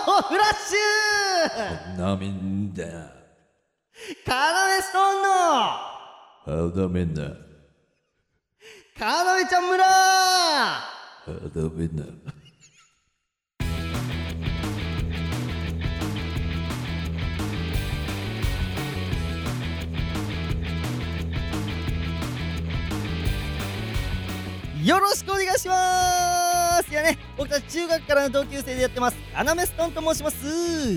フラッシュなみんなカナメストーンのはだめなカナメちゃん村はだめなよろしくお願いします。いやね、僕たち中学からの同級生でやってますカナメストーンと申します。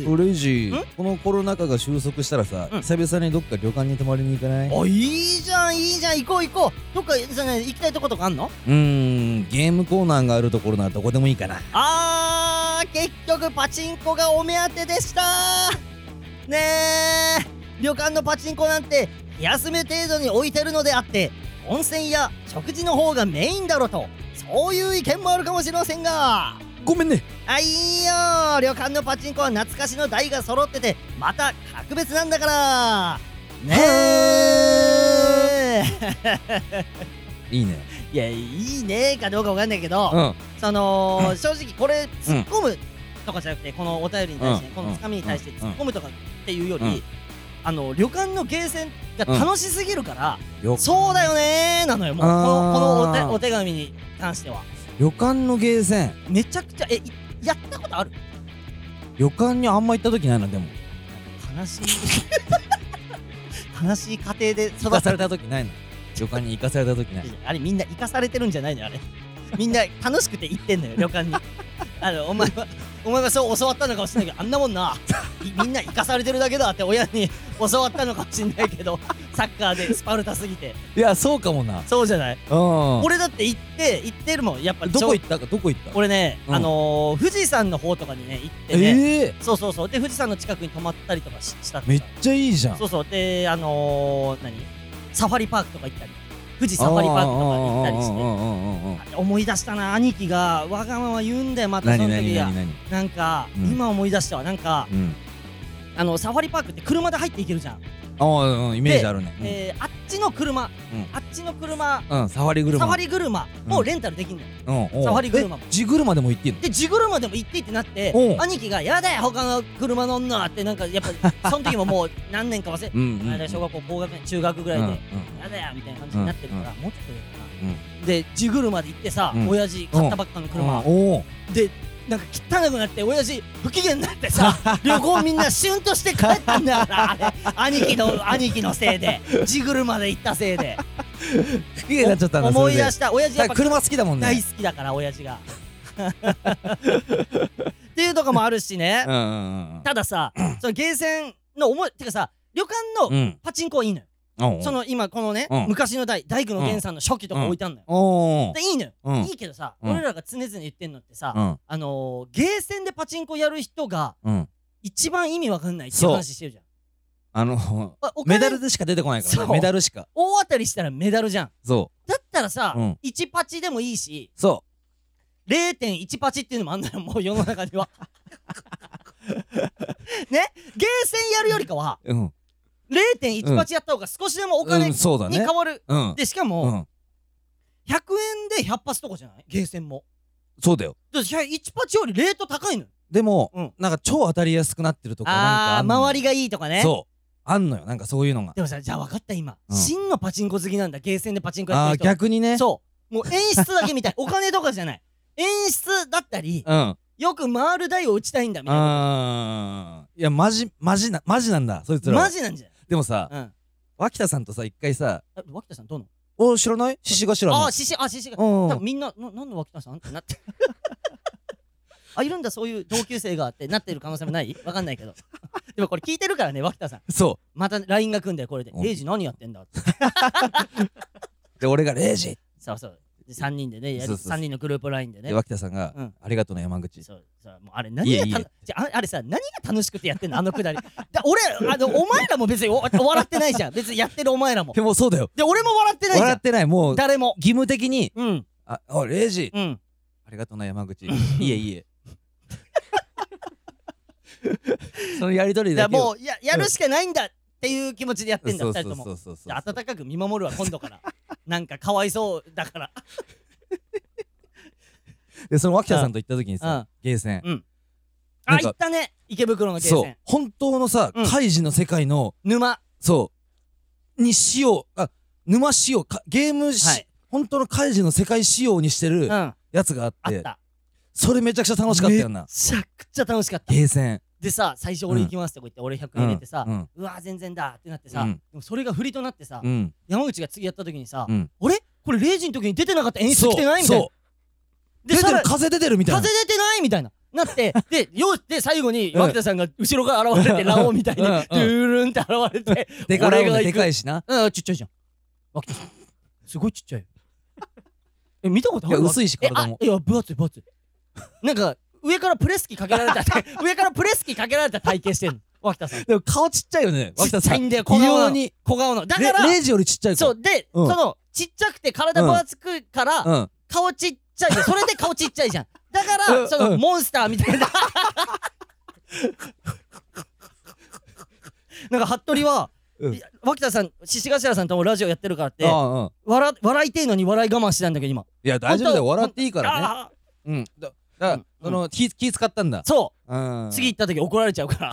レイジんこのコロナ禍が収束したらさ、久々にどっか旅館に泊まりに行かない？ お、いいじゃんいいじゃん、行こう行こう。どっかじゃね、行きたいとことかあんの？ ゲームコーナーがあるところならどこでもいいかな。 結局パチンコがお目当てでしたねえ、旅館のパチンコなんて休め程度に置いてるのであって、温泉や食事の方がメインだろと、そういう意見もあるかもしれませんが、 ごめんね。 いいよ、旅館のパチンコは懐かしの台が揃っててまた格別なんだからねえいいね。 いや、いいねかどうかわかんないけど、正直これ突っ込むとかじゃなくて、このお便りに対して、このつかみに対して突っ込むとかっていうより、旅館のゲーセンが楽しすぎるから、そうだよねーなのよ。もうこのお手紙に関しては旅館のゲーセンめちゃくちゃやったことある？ 旅館にあんま行った時ないな。でも悲しい悲しい家庭で育行かされた時ないの。旅館に行かされた時ない。 あれみんな生かされてるんじゃないの？あれみんな楽しくて行ってんのよ旅館にお前はそう教わったのかもしれないけど、あんなもんなみんな生かされてるだけだって親に教わったのかもしれないけど、サッカーでスパルタすぎて。 いやそうかもな。 そうじゃない？ 俺俺だって行ってるもん。やっぱどこ行った？ 俺ね、富士山の方とかにね行ってね、そうで富士山の近くに泊まったりとかしたって。 めっちゃいいじゃん。 そうでサファリパークとか行ったり、富士サファリパークとか行ったりして、思い出したな。兄貴がわがまま言うんだよまたその時が。なんか今思い出したわ。なんかサファリパークって車で入っていけるじゃん。 イメージあるね。 あっちの車サファリ車をレンタルできんのよ。サファリ車も地車でも行ってんの？ で地車でも行ってってなって、兄貴が「やだよ他の車乗んの」って、なんかやっぱその時ももう何年か忘れ小学校高学年中学ぐらいで「やだよ」みたいな感じになってるから、もうちょっと上かな。で地車で行ってさ、親父買ったばっかの車でなんか汚くなって親父不機嫌になってさ旅行みんなシュンとして帰ったんだから、あれ兄貴のせいで、地車で行ったせいで不機嫌になっちゃったんだ。 思い出した。親父やっぱ車好きだもんね。 大好きだから親父がっていうとこもあるしね。たださ、そのゲーセンのてかさ、旅館のパチンコはいいのよ。今このね、昔の大工の源さんの初期とか置いてあんのよ。でいいのよ、いいけどさ、俺らが常々言ってんのってさ、ゲーセンでパチンコやる人が一番意味わかんないっていう話してるじゃん。 メダルでしか出てこないからね。メダルしか。 大当たりしたらメダルじゃん。 そうだったらさ、1パチでもいいし、 そう 0.1 パチっていうのもあんだよ、もう世の中にはね、ゲーセンやるよりかは0.1 パチやった方が少しでもお金に変わる。でしかも100円で100発とかじゃない？ゲーセンもそうだよ。 1パチよりレート高いのよ。 でもなんか超当たりやすくなってるとか、なんか周りがいいとかね。 そうあんのよ、なんかそういうのが。 でもさ、じゃあ分かった。今真のパチンコ好きなんだ、ゲーセンでパチンコやってる人。 逆にね。 そうもう演出だけ見たいお金とかじゃない、演出だったり、よく回る台を打ちたいんだみたいな。 いやマジなんだそいつら。 マジなんじゃ。 でもさ、脇田さんとさ一回さ、 脇田さんどうの？ 知らない？獅子頭の。 獅子が多分みんな何の脇田さんってなっているんだそういう同級生がってなってる可能性もない？わかんないけどでもこれ聞いてるからね、脇田さん。 そうまた LINE が来んだよこれで。レイジ何やってんだってで俺がレイジ。 そう3人でね、3人のグループ LINE でね。 脇田さんがありがとうね山口。 そうもうあれ何があれさ、何が楽しくてやってんのあのくだりお前らも別に笑ってないじゃん別にやってるお前らも。 でもそうだよ。 で俺も笑ってないじゃん。 笑ってない。もう誰も義務的にレイジありがとうな山口。いえそのやりとりだけもうやるしかないんだっていう気持ちでやってんだ、2人とも。温かく見守るわ今度からなんかかわいそうだからでその脇田さんと行った時にさ、ゲーセンあ、行ったね、池袋のゲーセン。そう、 本当のさ、カイジの世界の沼、 そうに仕様、沼仕様、ゲーム本当のカイジの世界仕様にしてるやつがあって、それめちゃくちゃ楽しかったよな。 めちゃくちゃ楽しかった。 ゲーセンでさ、最初俺行きますってこう言って俺100円入れてさ、うわ全然だってなってさ、でもそれが振りとなってさ、山口が次やった時にさ、あれこれ0時の時に出てなかった演出来てないみたいな。 出てる、風出てるみたいな。 風出てないみたいななってで最後に脇田さんが後ろから現れてラオウみたいにドゥールンって現れて、 でかいでかいしな。 ちっちゃいじゃん脇田さん、すごいちっちゃい。見たことある？ いや薄いし体も。 いや分厚い分厚い。なんか上からプレス機かけられた上からプレス機かけられた体型してんの脇田さん。 でも顔ちっちゃいよね、脇田さん。 ちっちゃいんだよ、小顔の。だからレイジよりちっちゃい。 そうで、そのちっちゃくて体分厚くから顔ちっちゃいじゃん。それで顔ちっちゃいじゃん。だからそのモンスターみたいな。なんか服部は脇田さん、獅子頭さんともラジオやってるからって笑いてえのに笑い我慢してたんだけど今。 いや大丈夫だよ、笑っていいからね。だからその気使ったんだ。 そう、次行った時怒られちゃうから。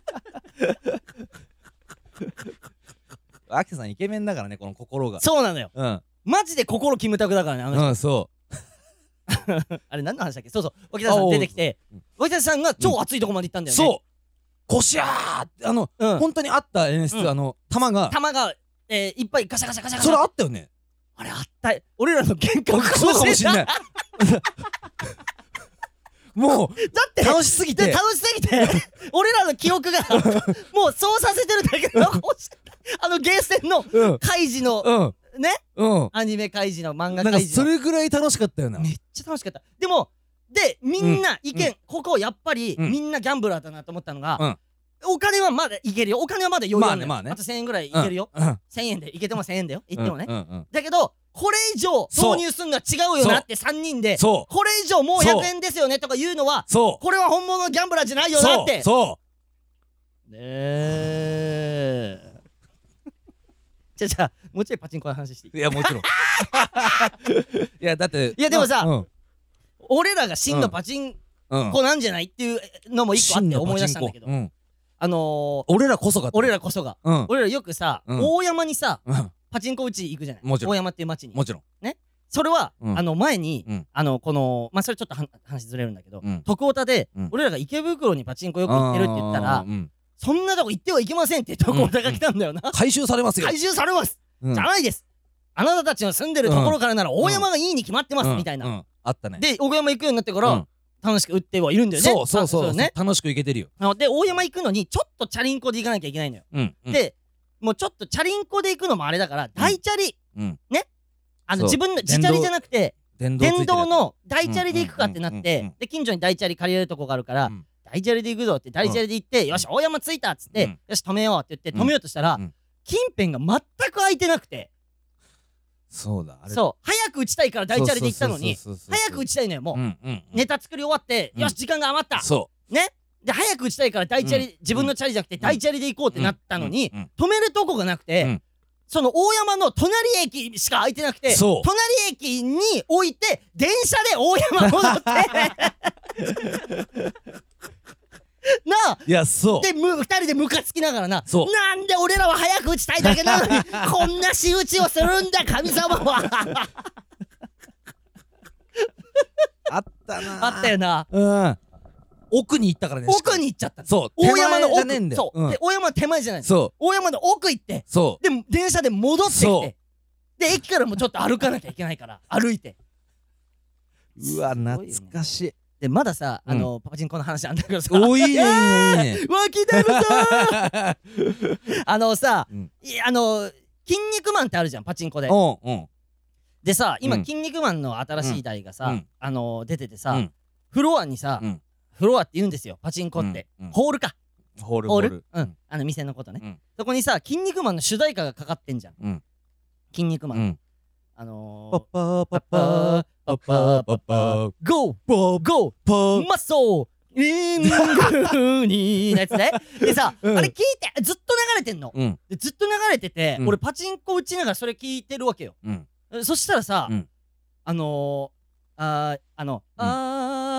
脇田さんイケメンだからね、この心が。 そうなのよ、マジで心キムタクだからね、あの人。 そうあれ何の話だっけ。そうそう、脇田さん出てきて、脇田さんが超熱いとこまで行ったんだよね。 そう、コシャー本当にあった演出、弾がいっぱいガシャガシャガシャガシャ。 それあったよね。 あれあった。俺らの幻覚かもしれない。もうだって楽しすぎて俺らの記憶がもうそうさせてるだけのゲーセンのカイジのね、アニメカイジの漫画カイジの、 それぐらい楽しかったよな。 めっちゃ楽しかった。でもみんな意見、ここやっぱりみんなギャンブラーだなと思ったのが、お金はまだいけるよ、お金はまだ余裕あるのよ。あと1000円ぐらいいけるよ。1000円でいけても1000円だよ、言ってもね。だけどこれ以上投入すんのは違うよなって3人で、これ以上もう100円ですよねとか言うのは、これは本物のギャンブラーじゃないよなって。そうねえ。じゃあもうちょいパチンコの話していい？ いやもちろん。いやだって、 いやでもさ、俺らが真のパチンコなんじゃないっていうのも一個あって思い出したんだけど、俺らこそが俺らよくさ、大山にさパチンコ打ち行くじゃない。大山っていう町に。 もちろんね。それは前にこのそれちょっと話ずれるんだけど、徳太で俺らが池袋にパチンコよく行ってるって言ったら、そんなとこ行ってはいけませんって徳太が来たんだよな。 回収されますよ。 回収されますじゃないです。あなたたちの住んでるところからなら大山がいいに決まってますみたいな。 あったね。 で大山行くようになってから楽しく打ってはいるんだよね。 そうね、楽しく行けてるよ。 で大山行くのにちょっとチャリンコで行かなきゃいけないのよ。でもうちょっとチャリンコで行くのもあれだから大チャリね、自分の自チャリじゃなくて電動の大チャリで行くかってなって、で近所に大チャリ借りれるとこがあるから大チャリで行くぞって大チャリで行って、よし大山着いたっつって、よし止めようって言って止めようとしたら近辺が全く空いてなくて、 そうだ、 そう早く打ちたいから大チャリで行ったのに早く打ちたいのよ。もうネタ作り終わってよし時間が余ったね、で早く打ちたいから大チャリ、自分のチャリじゃなくて大チャリで行こうってなったのに止めるとこがなくて、その大山の隣駅しか空いてなくて、隣駅に置いて電車で大山戻ってなあ。 いやそうで2人でムカつきながらな、なんで俺らは早く打ちたいだけなのにこんな仕打ちをするんだ神様は。 あったな。 あったよな。 奥に行ったからね。 奥に行っちゃった。 そう、 大山の奥。 そうで大山の手前じゃない。大山の奥行って、で電車で戻ってきて、で駅からもちょっと歩かなきゃいけないから歩いて。 うわ懐かしい。 でまださパチンコの話なんだけどさ、 おいいねいいね。 脇田さんさ筋肉マンってあるじゃんパチンコで。でさ今筋肉マンの新しい台がさ出ててさ、フロアにさフロアって言うんですよパチンコって。ホールか。ホール店のことね。そこにさ筋肉マンの主題歌がかかってんじゃん。筋肉マンパッパーパッパーパッパーパッパーゴーゴーマッソーリングにのやつね。でさあれ聞いてずっと流れてんの。ずっと流れてて俺パチンコ打ちながらそれ聞いてるわけよ。そしたらさ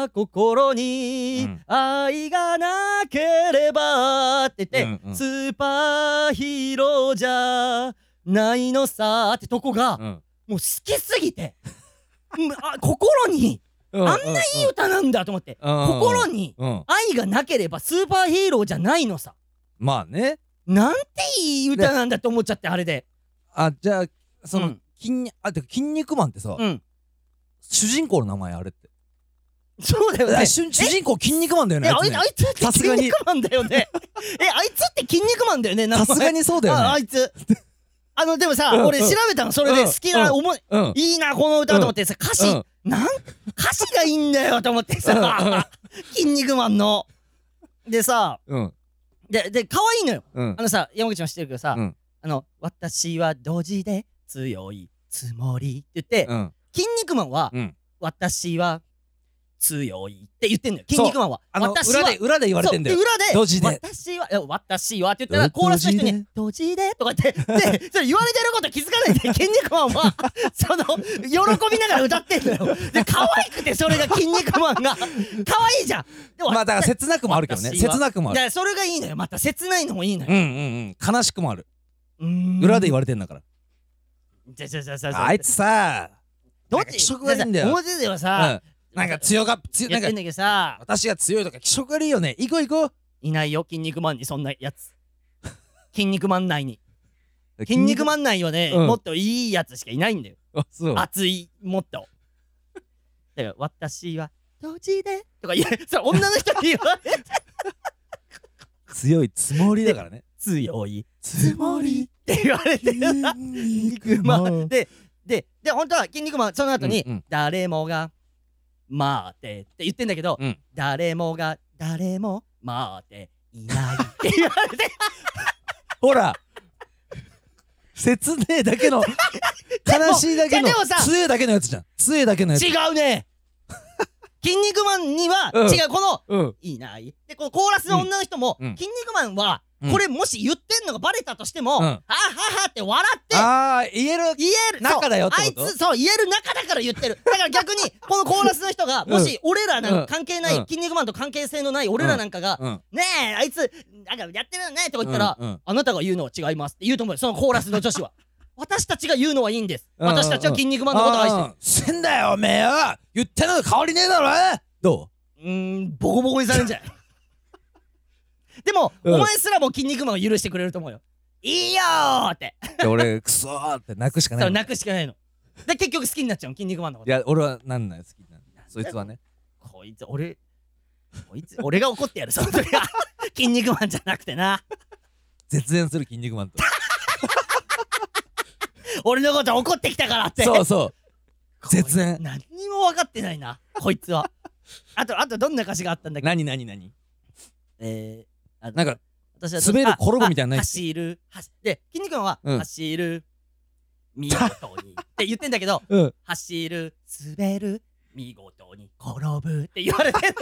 は心に愛がなければって言って、スーパーヒーローじゃないのさってとこがもう好きすぎて心にあんないい歌なんだと思って、心に愛がなければスーパーヒーローじゃないのさ。 まあね、 なんていい歌なんだと思っちゃって、あれで。 じゃあその筋肉マンってさ、主人公の名前あれって。 そうだよね。 主人公筋肉マンだよね。 あいつって筋肉マンだよね。あいつって筋肉マンだよね。 さすがにそうだよね。 あいつ。でもさ、俺調べたの、それで好きな、いいなこの歌と思ってさ、歌詞がいいんだよと思ってさ、筋肉マンの。でさ、で可愛いのよ。山口も知ってるけどさ、私はドジで強いつもりって言って、筋肉マンは私は強いって言ってんのよ。筋肉マンは裏で言われてんだよ。 裏でドジで私はって言ったらコーラスの人にドジでとかってでそれ言われてること気づかないで筋肉マンはその喜びながら歌ってんのよ。で可愛くて、それが筋肉マンが可愛いじゃん。 まあだから切なくもあるけどね。切なくもある。 それがいいのよ。また切ないのもいいのよ。 悲しくもある。裏で言われてんだから。あいつさ、 どっち気色悪いんだよ。表ではさ、 なんか強がなんか私が強いとか気色悪いよね。行こう行こう。 いないよ、筋肉マンにそんなやつ。筋肉マン内に。筋肉マン内はね、もっといいやつしかいないんだよ。熱い、もっと。だから私はドジでとかそれ女の人に言われて強いつもりだからね。 強いつもりって言われてるな。筋肉マンで本当は筋肉マンその後に誰もが待ってって言ってんだけど、誰もが誰も待っていないって言われてほら切ねえだけの悲しいだけの強えだけのやつじゃん。強えだけのやつ。 違うね。筋肉マンには違う、このいないで、このコーラスの女の人も筋肉マンはこれもし言ってんのがバレたとしても、はははって笑って、 言える仲だよってこと。 あいつそう言える仲だから言ってる。だから逆にこのコーラスの人がもし俺らなんか関係ない筋肉マンと関係性のない俺らなんかがねえあいつなんかやってるよねとか言ったら、あなたが言うのは違いますって言うと思うよ、そのコーラスの女子は。私たちが言うのはいいんです。私たちは筋肉マンのことを愛してる。 せんだよおめえよ。言ってんの変わりねえだろ。どうボコボコにされんじゃん。でもお前すらも筋肉マンを許してくれると思うよ。いいよーって。 俺クソーって泣くしかない。 そう泣くしかないの。で結局好きになっちゃう筋肉マンのこと。 いや俺はなんない好きなんだ。そいつはね。 こいつ俺が怒ってやるその時は。筋肉マンじゃなくてな。 絶縁する筋肉マンと。 俺のこと怒ってきたからって。 そう絶縁。 何にも分かってないなこいつは。あとどんな歌詞があったんだっけ。 何なんか滑る転ぶみたいな。 走るで筋肉マンは走る見事にって言ってんだけど、走る滑る見事に転ぶって言われてる。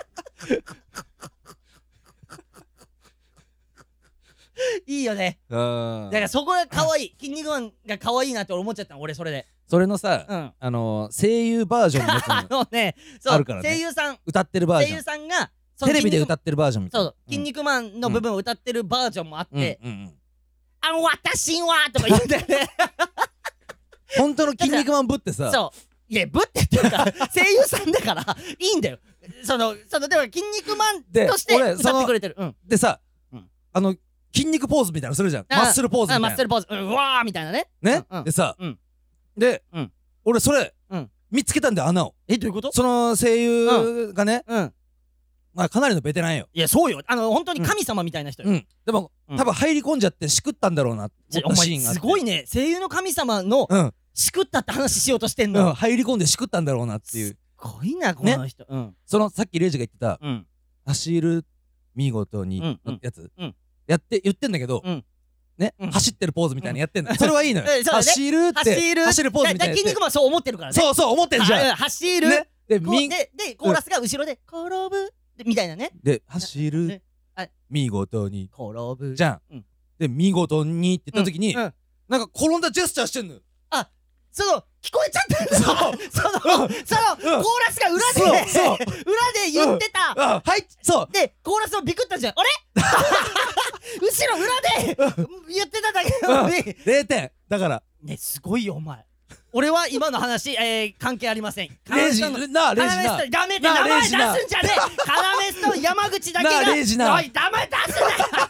いいよね。だからそこが可愛い。筋肉マンが可愛いなって思っちゃったの俺それで。 それのさ声優バージョンのやつもあるからね。 声優さん歌ってるバージョン。 声優さんがテレビで歌ってるバージョンみたいな。 そう筋肉マンの部分を歌ってるバージョンもあって、私はとか言うんだよね。 本当の筋肉マンぶってさ。 そういやぶってっていうか声優さんだからいいんだよ。でも筋肉マンとして歌ってくれてる。 でさ筋肉ポーズみたいなのするじゃん。マッスルポーズみたいな。 マッスルポーズうわーみたいなね。 でさで俺それ見つけたんだよ穴を。 どういうこと。 その声優がねまあかなりのベテランよ。 いやそうよ。本当に神様みたいな人よ。 でも多分入り込んじゃってしくったんだろうなって思ったシーンがあって。 すごいね。声優の神様のしくったって話しようとしてんの。 入り込んでしくったんだろうなっていう。 すごいなこの人。 そのさっきレイジが言ってた走る見事にのやつやって言ってんだけどね走ってるポーズみたいなやってんの。それはいいのよ。走るって走るポーズみたいな。 筋肉マンそう思ってるからね。 そう思ってんじゃん。 走るでコーラスが後ろで転ぶみたいなね。 で走る見事に転ぶじゃん。で見事にって言った時になんか転んだジェスチャーしてんのよ。 その聞こえちゃったんだ。そのコーラスが裏で言ってた。 はい、そうでコーラスをビクったじゃん。あれ後ろ裏で言ってただけなのに 0点だからね。すごいよお前。俺は今の話関係ありません。 レイジなダメって名前出すんじゃねえ。カナメストーン山口だけがレイジなおい名前出す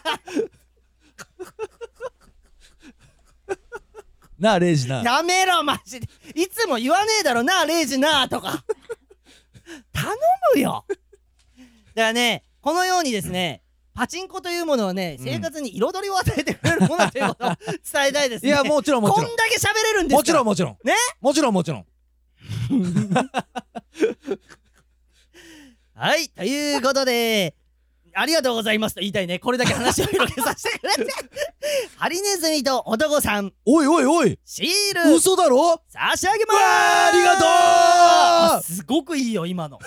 ななあレイジなやめろマジで。いつも言わねえだろなあレイジなとか頼むよ。だからね、このようにですね、パチンコというものはね、生活に彩りを与えてくれるものということを伝えたいですね。 いやもちろんこんだけ喋れるんですから。 もちろんね、 もちろんはい、ということでありがとうございますと言いたいね。これだけ話を広げさせてくれてハリネズミと男さん、 おいシール嘘だろ差し上げまーす。 ありがとう。 すごくいいよ今の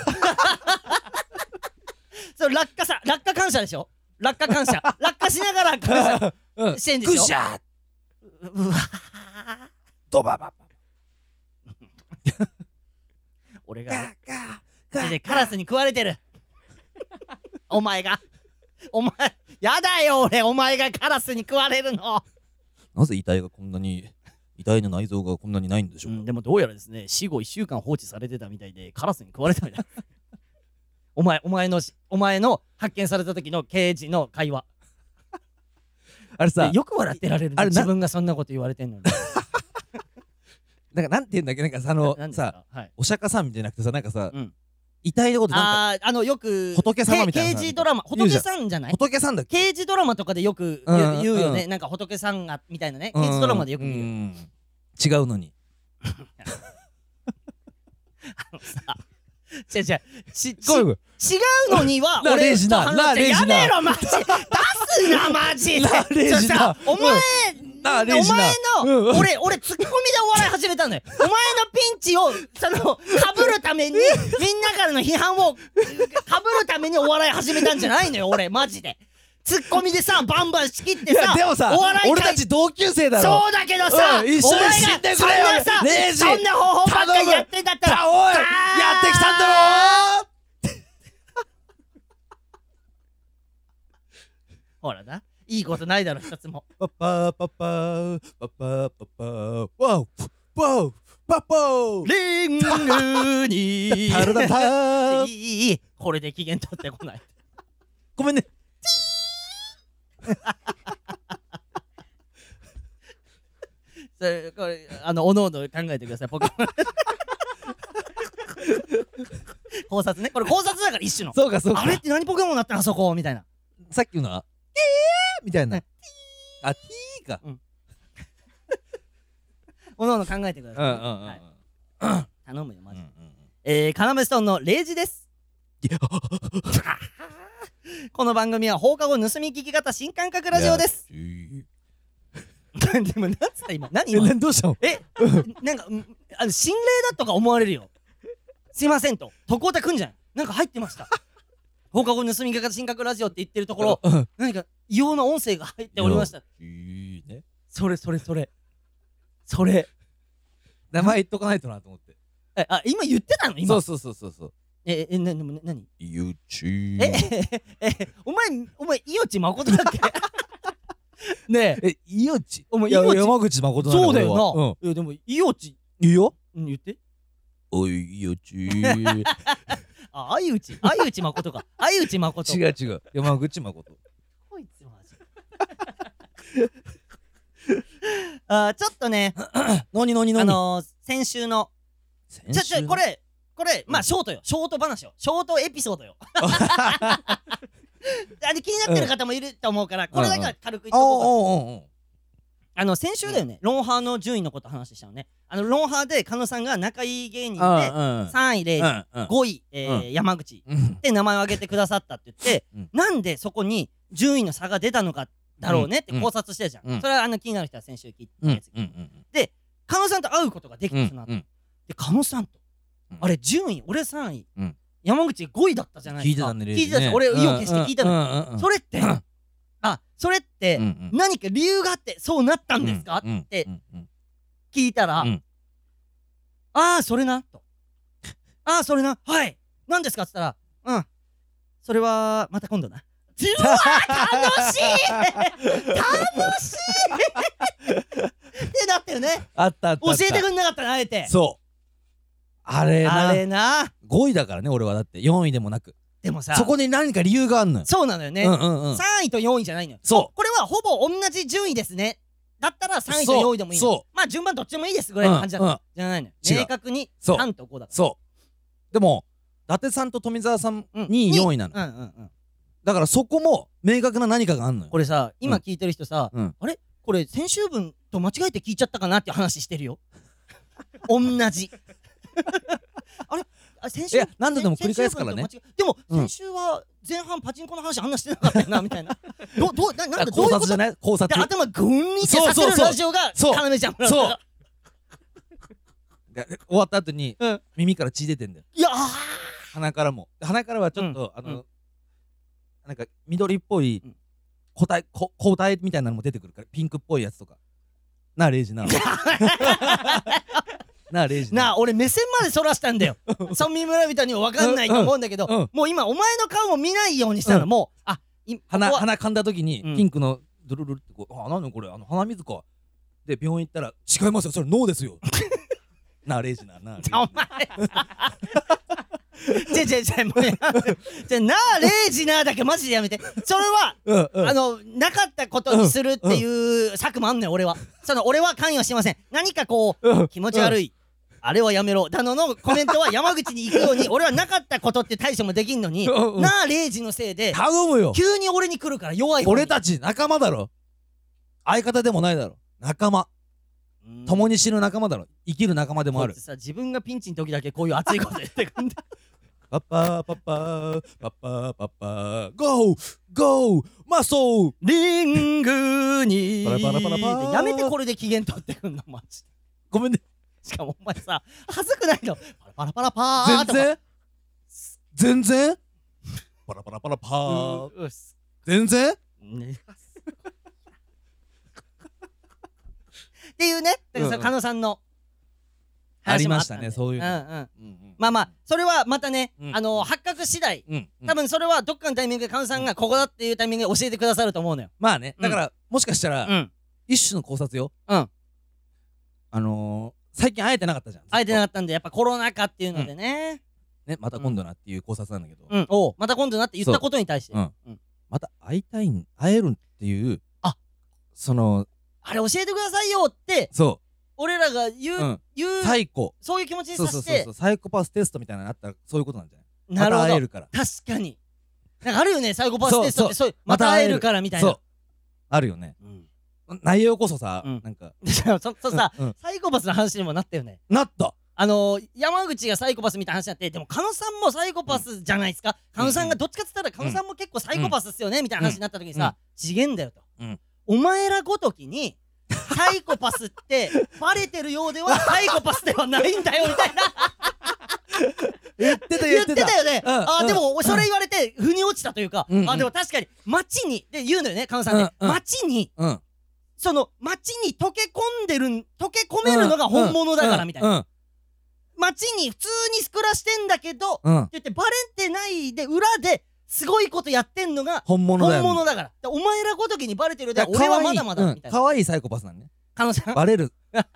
そう、落下感謝でしょ。落下感謝落下しながら感謝してんでしょ。 グシャーうわドバババ俺がカラスに食われてるお前やだよ俺、お前がカラスに食われるの。 なぜ遺体の内臓がこんなにないんでしょうか。 でもどうやらですね、死後1週間放置されてたみたいでカラスに食われたみたいお前の発見された時の刑事の会話あれさ、 よく笑ってられるね。自分がそんなこと言われてんのになんて言うんだっけ、なんかさ、お釈迦さんみたいなくてさ、なんかさ、遺体のことなんかよく仏様みたいな刑事ドラマ、仏さんじゃない？ 仏さんだっけ？ 刑事ドラマとかでよく言うよね。なんか仏さんがみたいなね、刑事ドラマでよく見る。 違うのに違うのには俺レイジなやめろマジ出すなマジで。お前の俺ツッコミでお笑い始めたんだよ。お前のピンチをかぶるためにみんなからの批判をかぶるためにお笑い始めたんじゃないのよ俺マジで。ツッコミでさバンバン仕切ってさ、 でもさ、俺たち同級生だろ。 そうだけどさ、 一緒に死んでくれよレイジ。 そんな方法ばっかりやってんだったらおいやってきたんだろほらないいことないだろ一つも。 パパパパパパパパワウワウパパリングにタルダタいいこれで機嫌取ってこないごめんねそれこれおのおの考えてください。ポケモン考察ね、これ考察だから一種の。 そうかあれって何ポケモンだったのあそこみたいな。 さっきのはみたいな。あ、ティーか。 おのおの考えてください。頼むよマジ。カナメストーンのレイジです。この番組は放課後盗み聞き型新感覚ラジオです。でもなんつった今何どうしたの？ なんか心霊だとか思われるよ。すいませんと徳太くんじゃん。なんか入ってました。放課後盗み聞き型新感覚ラジオって言ってるところ何か異様な音声が入っておりました。それ名前言っとかないとなと思って。 今言ってたの今。 そう。 何ゆちお前いよちまことだっけねえいよちお前山口まことなんだ。 そうだよな。でもいよち言うよ。 言っておいいよち相内まことか。相内まこと違う山口まことこいつマジちょっとね先週のこれまあショートよ。ショート話よ。ショートエピソードよ。気になってる方もいると思うからこれだけは軽く言っとこうか。先週だよね、ロンハーの順位のこと話したのね。ロンハーで狩野さんが仲いい芸人で3位レイジ5位山口って名前を挙げてくださったって言ってなんでそこに順位の差が出たのかだろうねって考察してたじゃん。それは気になる人は先週聞いたやつで狩野さんと会うことができたその後で狩野さんとあれ順位俺3位山口5位だったじゃないですか。聞いてたし俺意を決して聞いたの。それって何か理由があってそうなったんですかって聞いたらああそれなとああそれなはい何ですかっつったらうんそれはまた今度なうわ楽しい楽しいってなったよね。 あったあった教えてくんなかったなあえて。 そうあれな 5位だからね俺はだって4位でもなくでもさそこに何か理由があんのよ。 そうなのよね、3位と4位じゃないのよ。 そうこれはほぼ同じ順位ですねだったら3位と4位でもいいの。まあ順番どっちでもいいですぐらいの感じだったじゃないのよ。明確に3と5だから。 そうでも伊達さんと富澤さん2位4位なの。だからそこも明確な何かがあんのよ。 これさ今聞いてる人さあれこれ先週分と間違えて聞いちゃったかなっていう話してるよ同じあれ先週何度でも繰り返すからね。 でも先週は前半パチンコの話あんなしてなかったよなみたいななんか考察じゃない考察頭グンってさせるラジオが要ちゃんそう終わった後に耳から血出てんだよ。 いや鼻からも鼻からはちょっとなんか緑っぽい抗体みたいなのも出てくるからピンクっぽいやつとかなあレイジななあレイジなあ俺目線までそらしたんだよ村民村人にも分かんないと思うんだけどもう今お前の顔も見ないようにしたらもう鼻噛んだ時にピンクのドルルルってこうあなんだこれ鼻水かで病院行ったら違いますよそれ脳ですよなあレイジななあレイジお前もうやめなあレイジなだけマジでやめてそれはなかったことにするっていう策もあんのよ俺は俺は関与してません。何かこう気持ち悪いあれはやめろだのコメントは山口に行くように俺はなかったことって対処もできんのになあレイジのせいで頼むよ急に俺に来るから弱い方に俺たち仲間だろ相方でもないだろ仲間共に死ぬ仲間だろ生きる仲間でもある。 自分がピンチの時だけこういう熱いこと言ってくんだパパパパパパパパゴーゴーマソーリングにパラパラパラパやめてこれで機嫌取ってくんのマジでごめんね。 しかもお前さ恥ずくないのパラパラパラパーとか全然パラパラパラパー全然っていうね加納さんのありましたねそういうの。まあまあそれはまたね発覚次第多分それはどっかのタイミングで加納さんがここだっていうタイミングで教えてくださると思うのよ。 まあねだからもしかしたら一種の考察よ。最近会えてなかったじゃん。 会えてなかったんでやっぱコロナ禍っていうのでねまた今度なっていう考察なんだけどまた今度なって言ったことに対してまた会えるっていうあれ教えてくださいよって俺らが言うサイコそういう気持ちにさせてサイコパステストみたいなのあったらそういうことなんじゃない。 なるほどまた会えるから確かになんかあるよねサイコパステストってそうまた会えるからみたいなあるよね。内容こそさなんかサイコパスの話にもなったよね。 なった山口がサイコパスみたいな話になってでも加納さんもサイコパスじゃないですか加納さんがどっちかっつったら加納さんも結構サイコパスっすよねみたいな話になった時にさ次元だよとお前らごときにサイコパスってバレてるようではサイコパスではないんだよみたいな言ってたよね。でもそれ言われて腑に落ちたというかでも確かに街にで言うのよね加納さんね街にその街に溶け込めるのが本物だからみたいな街に普通に暮らしてんだけどって言ってバレてないで裏ですごいことやってんのが本物だからお前らごときにバレてるで俺はまだまだみたいな可愛いサイコパスなんね加納さんバレる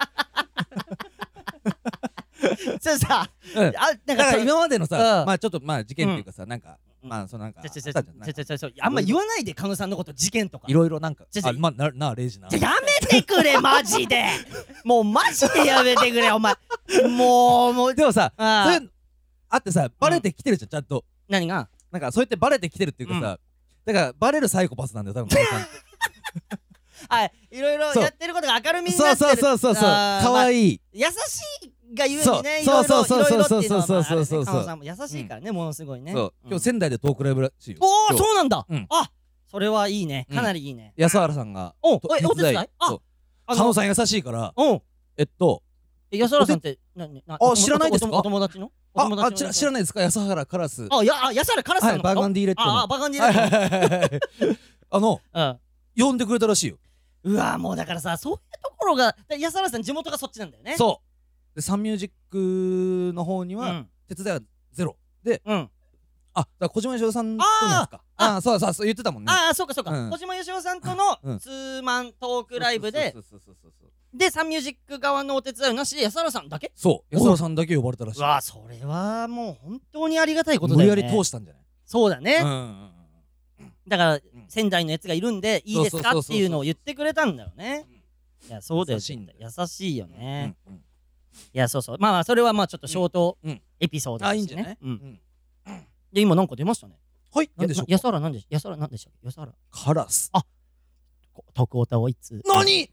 それさだから今までのさまあちょっとまあ事件っていうかさなんかまあなんかあんま言わないで加納さんのこと事件とかいろいろなんかなあレイジなやめてくれマジでもうマジでやめてくれお前もうでもさそういうあってさバレてきてるじゃんちゃんと。 何がなんかそうやってバレてきてるっていうかさだからバレるサイコパスなんだよ多分加納さんはいいろいろやってることが明るみになってるそう可愛い優しいがゆえにねいろいろっていうのは加納さんも優しいからねものすごいね。 今日仙台でトークライブらしいよ。 おおそうなんだそれはいいねかなりいいね。 安原さんがお手伝い加納さん優しいから安原さんって知らないですかお友達の知らないですか安原カラス安原カラスさんのバーガンディレッドのバーガンディレッド呼んでくれたらしいよ。 うわもうだからさそういうところが安原さん地元がそっちなんだよね。 そうでサンミュージックの方には手伝いはゼロで、だから小島よしおさんとのやつか。そう言ってたもんね。 そうか小島よしおさんとのツーマントークライブでサンミュージック側のお手伝いなしで安原さんだけ。 そう安原さんだけ呼ばれたらしい。 わあそれはもう本当にありがたいことだよね。 無理やり通したんじゃない。 そうだね。だから仙台のやつがいるんでいいですかっていうのを言ってくれたんだよね。いやそうだよ、優しいよね。いやそうまあそれはまあちょっとショートエピソードですね。で今なんか出ましたね。 はい。何でしょう。 安原何でしたっけ。安原カラス。 徳太をいつ。 何。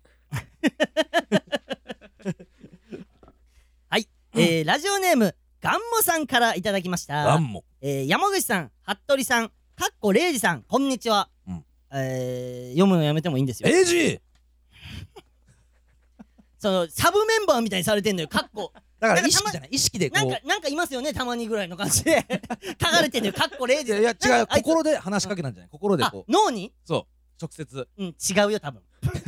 はい。ラジオネームガンモさんからいただきました。 ガンモ。 山口さん、服部さん、レイジさん、こんにちは。読むのやめてもいいんですよ。 レイジ。 そのサブメンバーみたいにされてんのよ。だから意識じゃない。意識でこうなんかいますよね、たまにぐらいの感じで書かれてんのよ。レイジ。 いや違う、心で話しかけたんじゃない。心でこう脳に。 そう直接。 違うよ多分。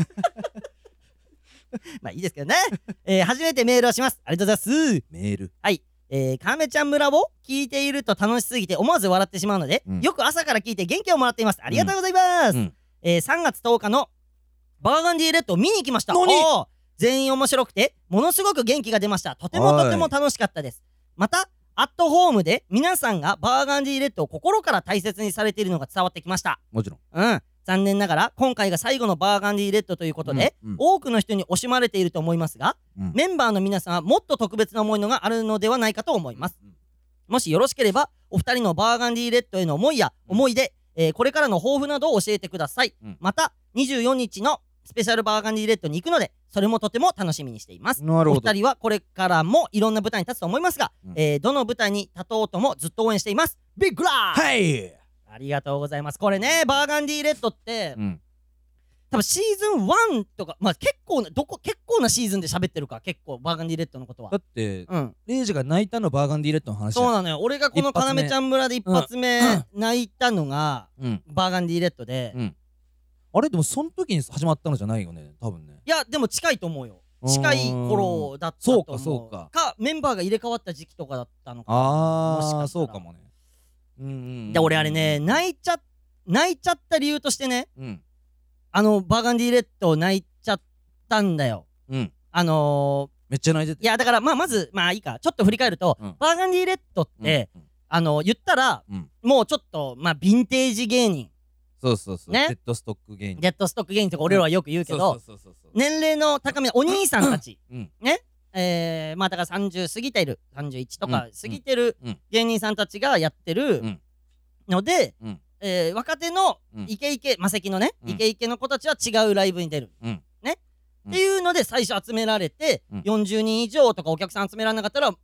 まあいいですけどね。初めてメールをします。ありがとうございます。 メール。 はい。亀ちゃん村を聞いていると楽しすぎて思わず笑ってしまうので、よく朝から聞いて元気をもらっています。ありがとうございます。3月10日のバーガンディレッドを見に行きました。全員面白くてものすごく元気が出ました。とても楽しかったです。またアットホームで皆さんがバーガンディレッドを心から大切にされているのが伝わってきました。 もちろん。 残念ながら今回が最後のバーガンディレッドということで、多くの人に惜しまれていると思いますが、メンバーの皆さんはもっと特別な思いのがあるのではないかと思います。もしよろしければお二人のバーガンディレッドへの思いや思い出、これからの抱負などを教えてください。また24日のスペシャルバーガンディレッドに行くのでそれもとても楽しみにしています。お二人はこれからもいろんな舞台に立つと思いますが、どの舞台に立とうともずっと応援しています。ビッグラー。 はい、 ありがとうございます。これねバーガンディレッドって、多分シーズン1とか、まあ結構なシーズンで喋ってるか。結構バーガンディレッドのことはだって、レイジが泣いたのバーガンディレッドの話。 そうなのよ。俺がこの要ちゃん村で一発目泣いたのがバーガンディレッドで、 あれでもその時に始まったのじゃないよね多分ね。 いやでも近いと思うよ。近い頃だったと思う。 そうかメンバーが入れ替わった時期とかだったのかな。 そうかもね。 で俺あれね泣いちゃった理由としてね、バーガンディレッド泣いちゃったんだよ。めっちゃ泣いてて。 いやだからまずいいか、ちょっと振り返ると、バーガンディレッドって言ったらもうちょっとヴィンテージ芸人。 そうデッドストック芸人。 デッドストック芸人とか俺らはよく言うけど、年齢の高めお兄さんたちね、だから30過ぎている31とか過ぎてる芸人さんたちがやってるので、若手のイケイケマセキのねイケイケの子たちは違うライブに出るねっていうので最初集められて、40人以上とかお客さん集められなかったら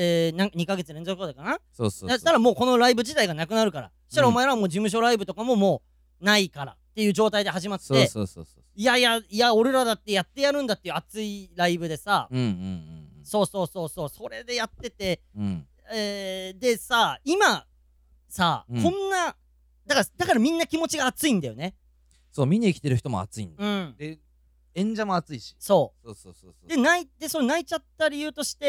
2ヶ月連続だかな。だったらもうこのライブ自体がなくなるから、そしたらお前らはもう事務所ライブとかももうないからっていう状態で始まって、いや俺らだってやってやるんだっていう熱いライブでさ、そうそれでやってて、でさ今さこんなだからみんな気持ちが熱いんだよね。 そう見に来てる人も熱いんだ。で演者も熱いし。 そうで泣いちゃった理由として、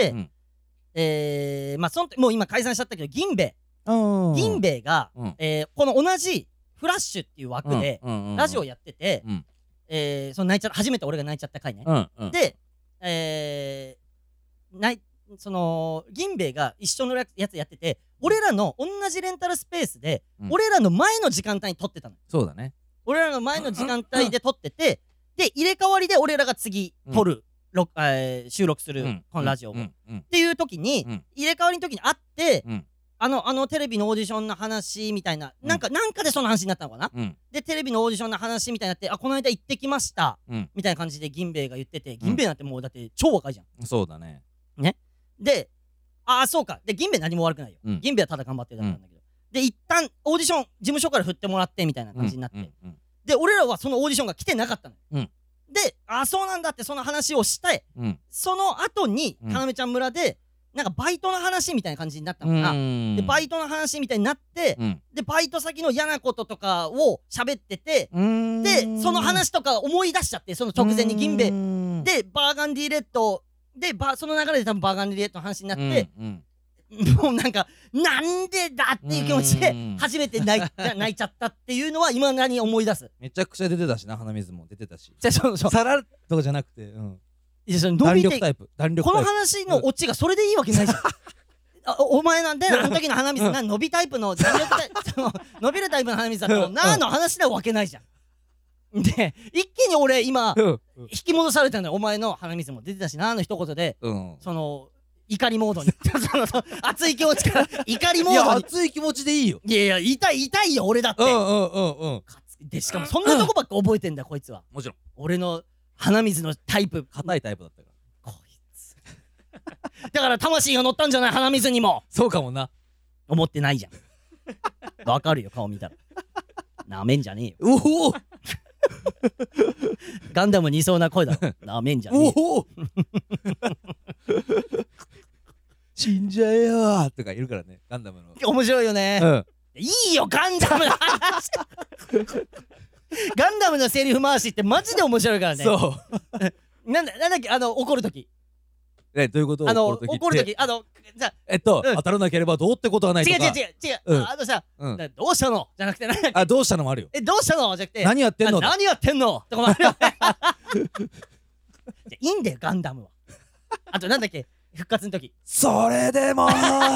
もう今解散しちゃったけど銀兵衛がこの同じフラッシュっていう枠でラジオやってて、初めて俺が泣いちゃった回ね。で銀兵衛が一緒のやつやってて、俺らの同じレンタルスペースで俺らの前の時間帯に撮ってたの。 そうだね。 俺らの前の時間帯で撮ってて、で入れ替わりで俺らが次撮る収録するこのラジオをっていう時に入れ替わりの時に会って、あのテレビのオーディションの話みたいな、なんかでその話になったのかな。でテレビのオーディションの話みたいになって、この間行ってきましたみたいな感じで銀兵衛が言ってて、銀兵衛なんてもうだって超若いじゃん。 そうだね。 でそうか。で銀兵衛何も悪くないよ。銀兵衛はただ頑張ってるだけなんだけど、で一旦オーディション事務所から振ってもらってみたいな感じになって、で俺らはそのオーディションが来てなかったの。でそうなんだってその話をしたい。その後に要ちゃん村でなんかバイトの話みたいな感じになったのかな。でバイトの話みたいになって、でバイト先の嫌なこととかを喋ってて、でその話とか思い出しちゃって、その直前に銀兵衛でバーガンディレッドでその流れで多分バーガンディレッドの話になって、もうなんかなんでだっていう気持ちで初めて泣いちゃったっていうのは今何思い出す。 めちゃくちゃ出てたしな、鼻水も出てたし。 そうさらっとかじゃなくて、 弾力タイプ。この話のオチがそれでいいわけないじゃん。お前なんであの時の鼻水伸びタイプの弾力タイプ伸びるタイプの鼻水だったの何の話なわけないじゃん。で一気に俺今引き戻されたのよ。お前の鼻水も出てたしなの一言で、その怒りモードに熱い気持ちから怒りモードに。いや熱い気持ちでいいよ。 いや痛いよ俺だって。でしかもそんなとこばっか覚えてんだよこいつは。 もちろん俺の鼻水のタイプ硬いタイプだったからこいつだから魂が乗ったんじゃない鼻水にも。 そうかもな。 思ってないじゃん。わかるよ顔見たら。なめんじゃねえよ。おおガンダムにいそうな声だろ。なめんじゃねえよ。 死んじゃえよーとかいるからね、ガンダムの。 面白いよね。いいよガンダムの話。ガンダムのセリフ回しってマジで面白いからね。そうなんだっけ怒るとき。 どういうこと？ 怒るときじゃあ当たらなければどうってことはないとか。 違うさどうしたのじゃなくてなんだっけ。 どうしたのもあるよ。 どうしたのじゃなくて何やってんの何やってんのとかもあるよね。いいんだよガンダムは。あとなんだっけ復活の時。 それでも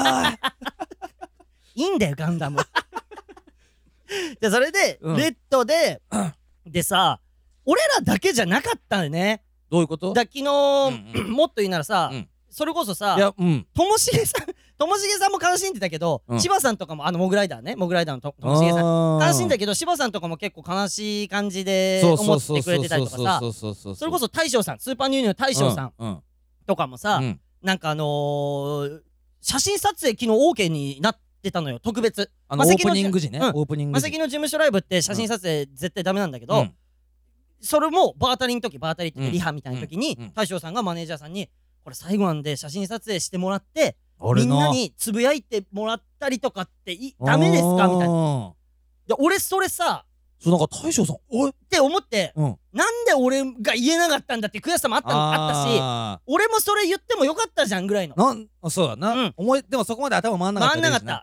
いいんだよガンダム。でそれでレッドでさ俺らだけじゃなかったよね。 どういうこと？ 昨日もっと言うならさそれこそさともしげさんも悲しんでたけど柴さんとかもモグライダーのともしげさん悲しんだけど柴さんとかも結構悲しい感じで思ってくれてたりとかさ、それこそ大将さんスーパーニューニューの大将さんとかもさなんか写真撮影昨日 OK になってたのよ特別。 オープニング時ね。 マセキの事務所ライブって写真撮影絶対ダメなんだけどそれもバータリってリハみたいな時に大将さんがマネージャーさんにこれ最後なんで写真撮影してもらってみんなにつぶやいてもらったりとかってダメですかみたいな。で俺それさなんか大将さんおいって思ってなんで俺が言えなかったんだって悔しさもあったし俺もそれ言ってもよかったじゃんぐらいの。 そうだな。でもそこまで頭回んなかった。 回んなかった。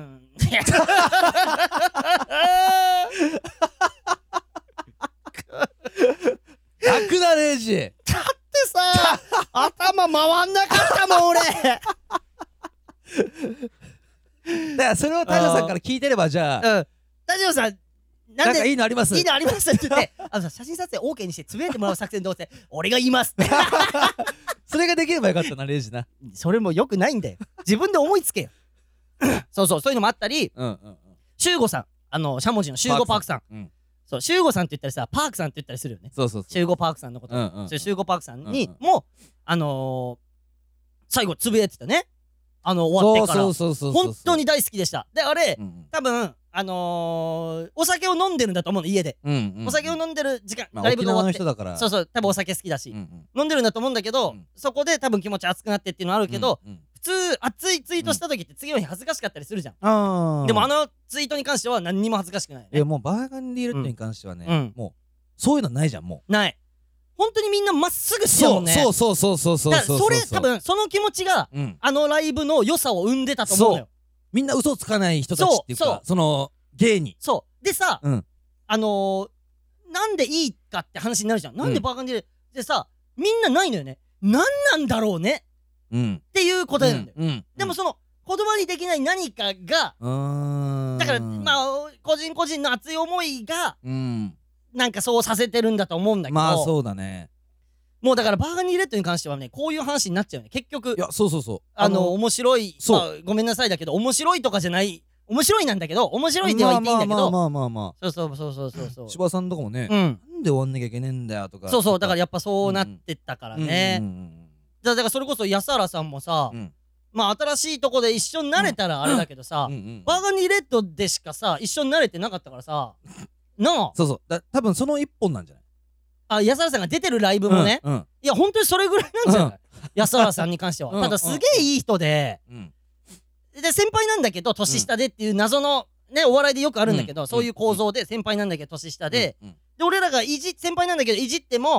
楽だレイジ。 だってさ頭回んなかったもん俺。だからそれを大将さんから聞いてればじゃあ大将さんなんかいいのあります？ いいのありますって言って写真撮影 OK にしてつぶやいてもらう作戦どうせ俺が言いますってそれができればよかったなレイジな。 それもよくないんだよ自分で思いつけよ。そういうのもあったり修吾さんしゃもじの修吾パークさんそう修吾さんって言ったらさパークさんって言ったりするよね。修吾パークさんのこと修吾パークさんにも最後つぶやいてたね終わってから本当に大好きでした。であれ多分お酒を飲んでるんだと思うの家で。お酒を飲んでる時間ライブが終わってそう多分お酒好きだし飲んでるんだと思うんだけどそこで多分気持ち熱くなってっていうのあるけど普通熱いツイートした時って次の日恥ずかしかったりするじゃん。でもツイートに関しては何にも恥ずかしくないよね。 いやもうバーガンディレッドに関してはねもうそういうのないじゃん。もうない。本当にみんなまっすぐしちゃうもんね。 そうだからそれ多分その気持ちがライブの良さを生んでたと思うのよ。 みんな嘘つかない人たちっていうかその芸にでさなんでいいかって話になるじゃん。なんでバーガンディレッドでさみんなないのよね。なんなんだろうねっていう答えなんだよ。でもその言葉にできない何かがだからまあ個人個人の熱い思いがなんかそうさせてるんだと思うんだけど。 まあそうだね。 もうだからバーガンディレッドに関してはねこういう話になっちゃうね結局。 いやそう面白いごめんなさいだけど面白いとかじゃない面白いなんだけど面白いっては言っていいんだけどそう柴さんとかもねなんで終わんなきゃいけねえんだよとかそうだからやっぱそうなってったからね。だからそれこそ安原さんもさまあ新しいとこで一緒になれたらあれだけどさバーガンディレッドでしかさ一緒になれてなかったからさなあ。 そう多分その一本なんじゃない？ 安原さんが出てるライブもねいや本当にそれぐらいなんじゃない安原さんに関しては。ただすげえいい人で先輩なんだけど年下でっていう謎のねお笑いでよくあるんだけどそういう構造で先輩なんだけど年下で俺らが先輩なんだけどいじっても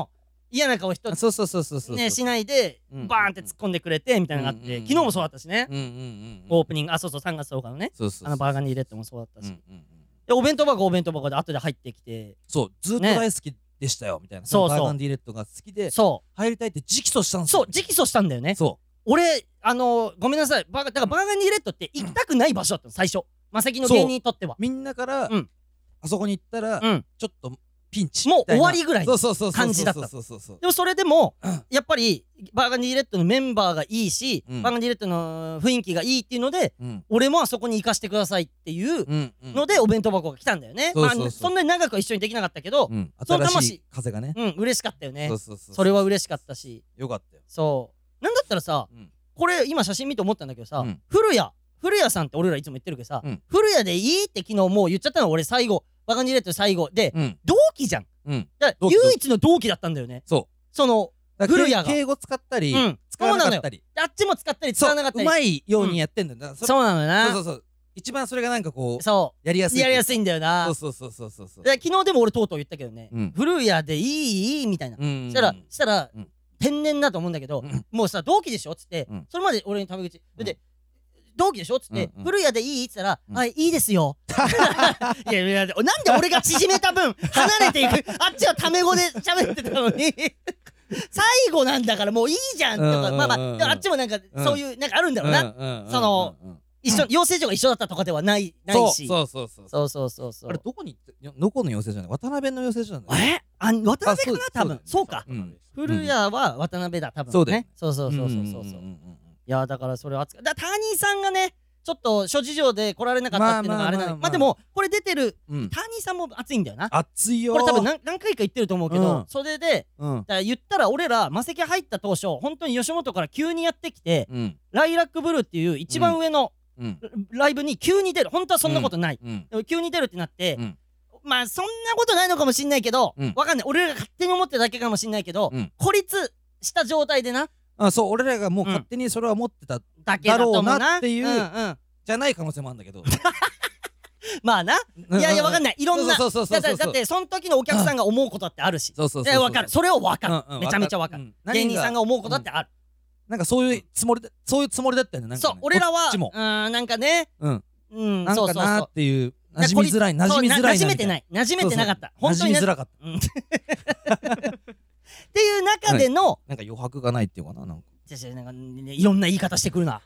嫌な顔一つねしないでバーンって突っ込んでくれてみたいなのがあって、昨日もそうだったしね、オープニング、そう3月10日のね、バーガンディレッドもそうだったし、でお弁当箱で後で入ってきて、 そうずっと大好きでしたよみたいな、バーガンディレッドが好きで入りたいって直訴したんですよ。 そう直訴したんだよね。俺ごめんなさい、だからバーガンディレッドって行きたくない場所だったの最初、マセキの芸人にとっては。みんなからあそこに行ったらちょっとピンチもう終わりぐらいの感じだった。でもそれでもやっぱりバーガンディレッドのメンバーがいいし、バーガンディレッドの雰囲気がいいっていうので、俺もあそこに行かしてくださいっていうのでお弁当箱が来たんだよね。そんなに長くは一緒にできなかったけど、 その新しい風がね、 嬉しかったよね。それは嬉しかったし、 よかったよ。 そうなんだったらさ、これ今写真見て思ったんだけどさ、古谷さんって俺らいつも言ってるけどさ、古谷でいいって昨日もう言っちゃったの。俺最後バーガンディレッド最後で同期じゃん。だから唯一の同期だったんだよね。その古谷が敬語使ったり使わなかったり、 あっちも使ったり使わなかったり、 うまいようにやってんだよ。 そうなのよな。 そう一番それがなんかこうやりやすいんだよな。 そう昨日でも俺とうとう言ったけどね、古谷でいいみたいな。したら天然だと思うんだけど、もうさ同期でしょっつって、それまで俺にタメ口で同期でしょっつって古谷でいいっつったら「はいいいですよ」いやなんで俺が縮めた分離れていく、あっちはタメ語で喋ってたのに最後なんだからもういいじゃんとか、まああっちもなんかそういうなんかあるんだろうな、その養成所が一緒だったとかではないし。 そうあれどこの養成所なの？渡辺の養成所なんだよ。 渡辺かな多分。そうか、古谷は渡辺だ多分ね。そういやだからそれは熱かった。タニーさんがねちょっと諸事情で来られなかったっていうのがあれなの。まあでもこれ出てるタニーさんも熱いんだよな。 熱いよ。 これ多分何回か言ってると思うけど、それで言ったら俺らマセキ入った当初本当に吉本から急にやってきて、ライラックブルーっていう一番上のライブに急に出る。本当はそんなことない。でも急に出るってなって、まあそんなことないのかもしんないけど、わかんない。俺らが勝手に思ってるだけかもしんないけど、孤立した状態でな。 そう俺らがもう勝手にそれは思ってただろうなっていうじゃない可能性もあるんだけどまあないやわかんない。いろんなだってその時のお客さんが思うことってあるし、わかる。それをわかる。めちゃめちゃわかる。芸人さんが思うことってある。 なんかそういうつもりだったよね。 そう俺らはなんかねなんかなっていう馴染みづらい馴染めてなかった。本当に馴染みづらかったっていう中でのなんか余白がないっていうかな、なんかいろんな言い方してくるな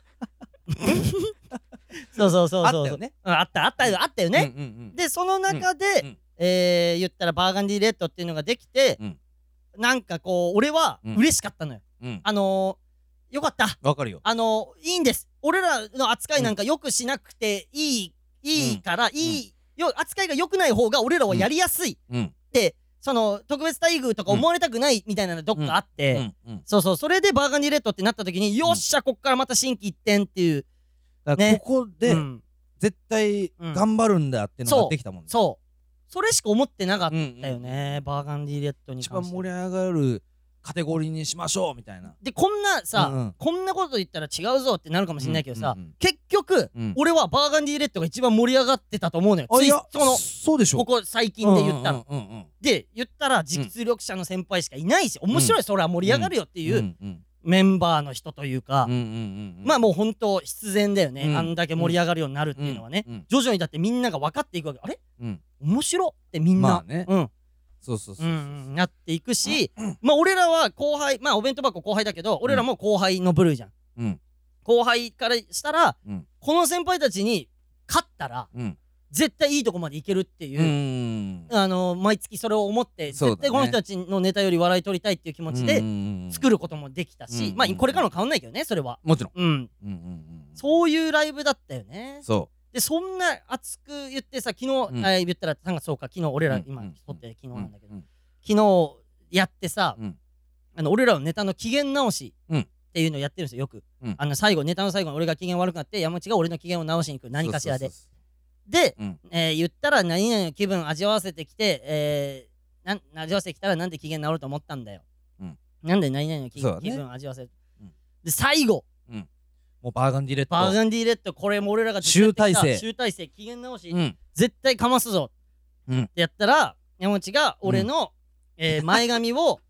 そうあったよね。あったよね。でその中で言ったらバーガンディレッドっていうのができて、なんかこう俺は嬉しかったのよ。よかった。 わかるよ。 いいんです。俺らの扱いなんかよくしなくていいから扱いが良くない方が俺らはやりやすいってその特別待遇とか思われたくないみたいなのどっかあって、それでバーガンディレッドってなった時によっしゃこっからまた心機一転っていうここで絶対頑張るんだってのができたもんね。 それしか思ってなかったよね、バーガンディレッドに関して。 一番盛り上がるカテゴリーにしましょうみたいな。 でこんなさこんなこと言ったら違うぞってなるかもしれないけどさ、結局俺はバーガンディレッドが一番盛り上がってたと思うのよ。 そうでしょ。 ここ最近で言ったらで言ったら実力者の先輩しかいないし、面白い、それは盛り上がるよっていうメンバーの人というか、まあもうほんと必然だよね。あんだけ盛り上がるようになるっていうのはね、徐々にだってみんなが分かっていくわけ。あれ面白ってみんななっていくし、まあ俺らは後輩、まあお弁当箱後輩だけど俺らも後輩の部類じゃん。後輩からしたらこの先輩たちに勝ったら絶対いいとこまでいけるっていう毎月それを思って絶対この人たちのネタより笑い取りたいっていう気持ちで作ることもできたし、まあこれからも変わんないけどねそれは。 もちろんそういうライブだったよね。でそんな熱く言ってさ、昨日言ったら3月10日昨日俺ら今撮って昨日なんだけど、昨日やってさ俺らのネタの機嫌直しっていうのをやってるんですよよく。最後ネタの最後に俺が機嫌悪くなって山内が俺の機嫌を直しに行く、何かしらで。で言ったら何々の気分味わわせてきて味わわせてきたらなんで機嫌直ると思ったんだよ。なんで何々の気分味わわせる。で最後もうバーガンディレッドこれも俺らが集大成機嫌直し絶対かますぞってやったら山内が俺の前髪を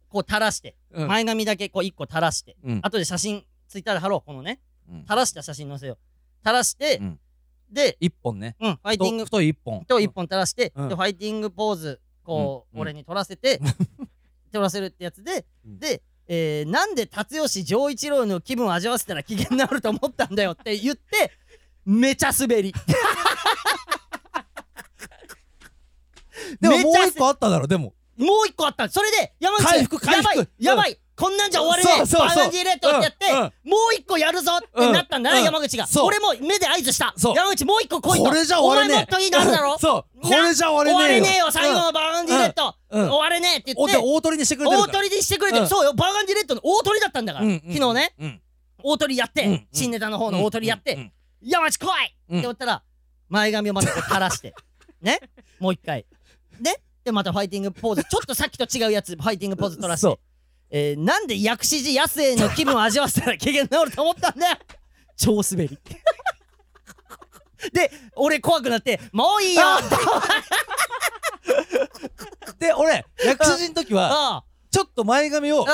こう垂らして、前髪だけこう1個垂らして、後で写真ツイッターで貼ろう。このね垂らした写真載せよう。垂らしてで 1本ね、 ファイティング太い1本垂らして、でファイティングポーズこう俺に撮らせて撮らせるってやつで、なんで辰吉丈一郎の気分を味わわせたら機嫌になると思ったんだよって言ってめちゃ滑り。 でももう1個あっただろ。でももう1個あった。それで山口やばいこんなんじゃ終われねえバーガンディレッドってやってもう1個やるぞってなったんだな山口が。俺も目で合図した。山口もう1個来いと。 これじゃ終われねえ。 お前もっといいのあるだろ。 そうこれじゃ終われねえよ。 最後のバーガンディレッド終われねえって言って大鳥にしてくれてる。 大鳥にしてくれてる。そうよバーガンディレッドの大鳥だったんだから昨日ね。大鳥やって新ネタの方の大鳥やって山口来いって言ったら前髪をまた垂らしてねもう1回でまたファイティングポーズちょっとさっきと違うやつファイティングポーズ取らしてなんで薬師寺野生の気分を味わせたら機嫌治ると思ったんだよ。超滑り。で俺怖くなってもういいよで俺薬師寺の時はちょっと前髪を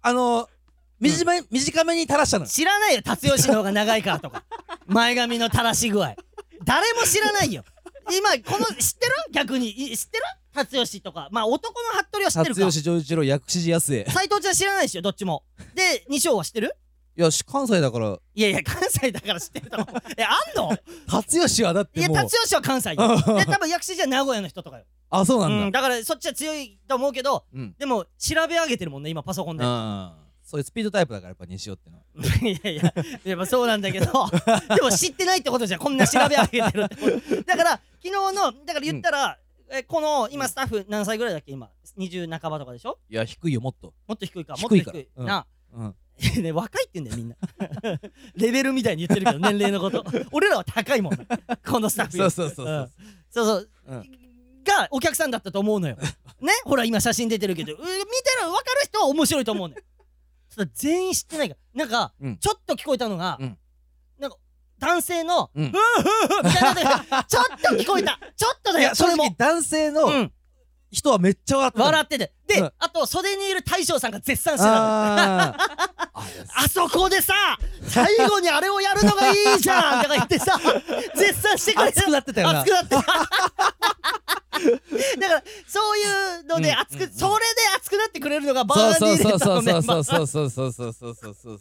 短めに垂らしたの。 知らないよ辰吉の方が長いからとか前髪の垂らし具合誰も知らないよ。今この知ってる逆に知ってる辰吉とかまあ男の服部は知ってるか。 辰吉丈一郎薬師寺野生斎藤ちゃん知らないでしょどっちも。で西尾は知ってる。 いや関西だから。 いや関西だから知ってると思う。あんの辰吉はだってもう。 いや辰吉は関西よ。で多分薬師寺は名古屋の人とかよ。 あそうなんだ。だからそっちは強いと思うけどでも調べ上げてるもんね今パソコンで。 そういうスピードタイプだからやっぱ西尾ってのは。 いやそうなんだけどでも知ってないってことじゃんこんな調べ上げてるってことだから昨日のだから言ったらこの今スタッフ何歳ぐらいだっけ今20半ばとかでしょ。 いや低いよもっと低いかもっと低いな。ね若いって言うんだよみんなレベルみたいに言ってるけど年齢のこと俺らは高いもんこのスタッフ。そうがお客さんだったと思うのよね。ほら今写真出てるけど見てる分かる人は面白いと思うのよ。全員知ってないからなんかちょっと聞こえたのがなんか男性のフーフーみたいなちょっと聞こえたちょっとだよ。 正直男性の人はめっちゃ笑っててであと袖にいる大将さんが絶賛してたあそこでさ最後にあれをやるのがいいじゃんとか言ってさ絶賛してくれて熱くなってたよな。 熱くなってただからそういうのでそれで熱くなってくれるのがバーガンディレッドのメンバー。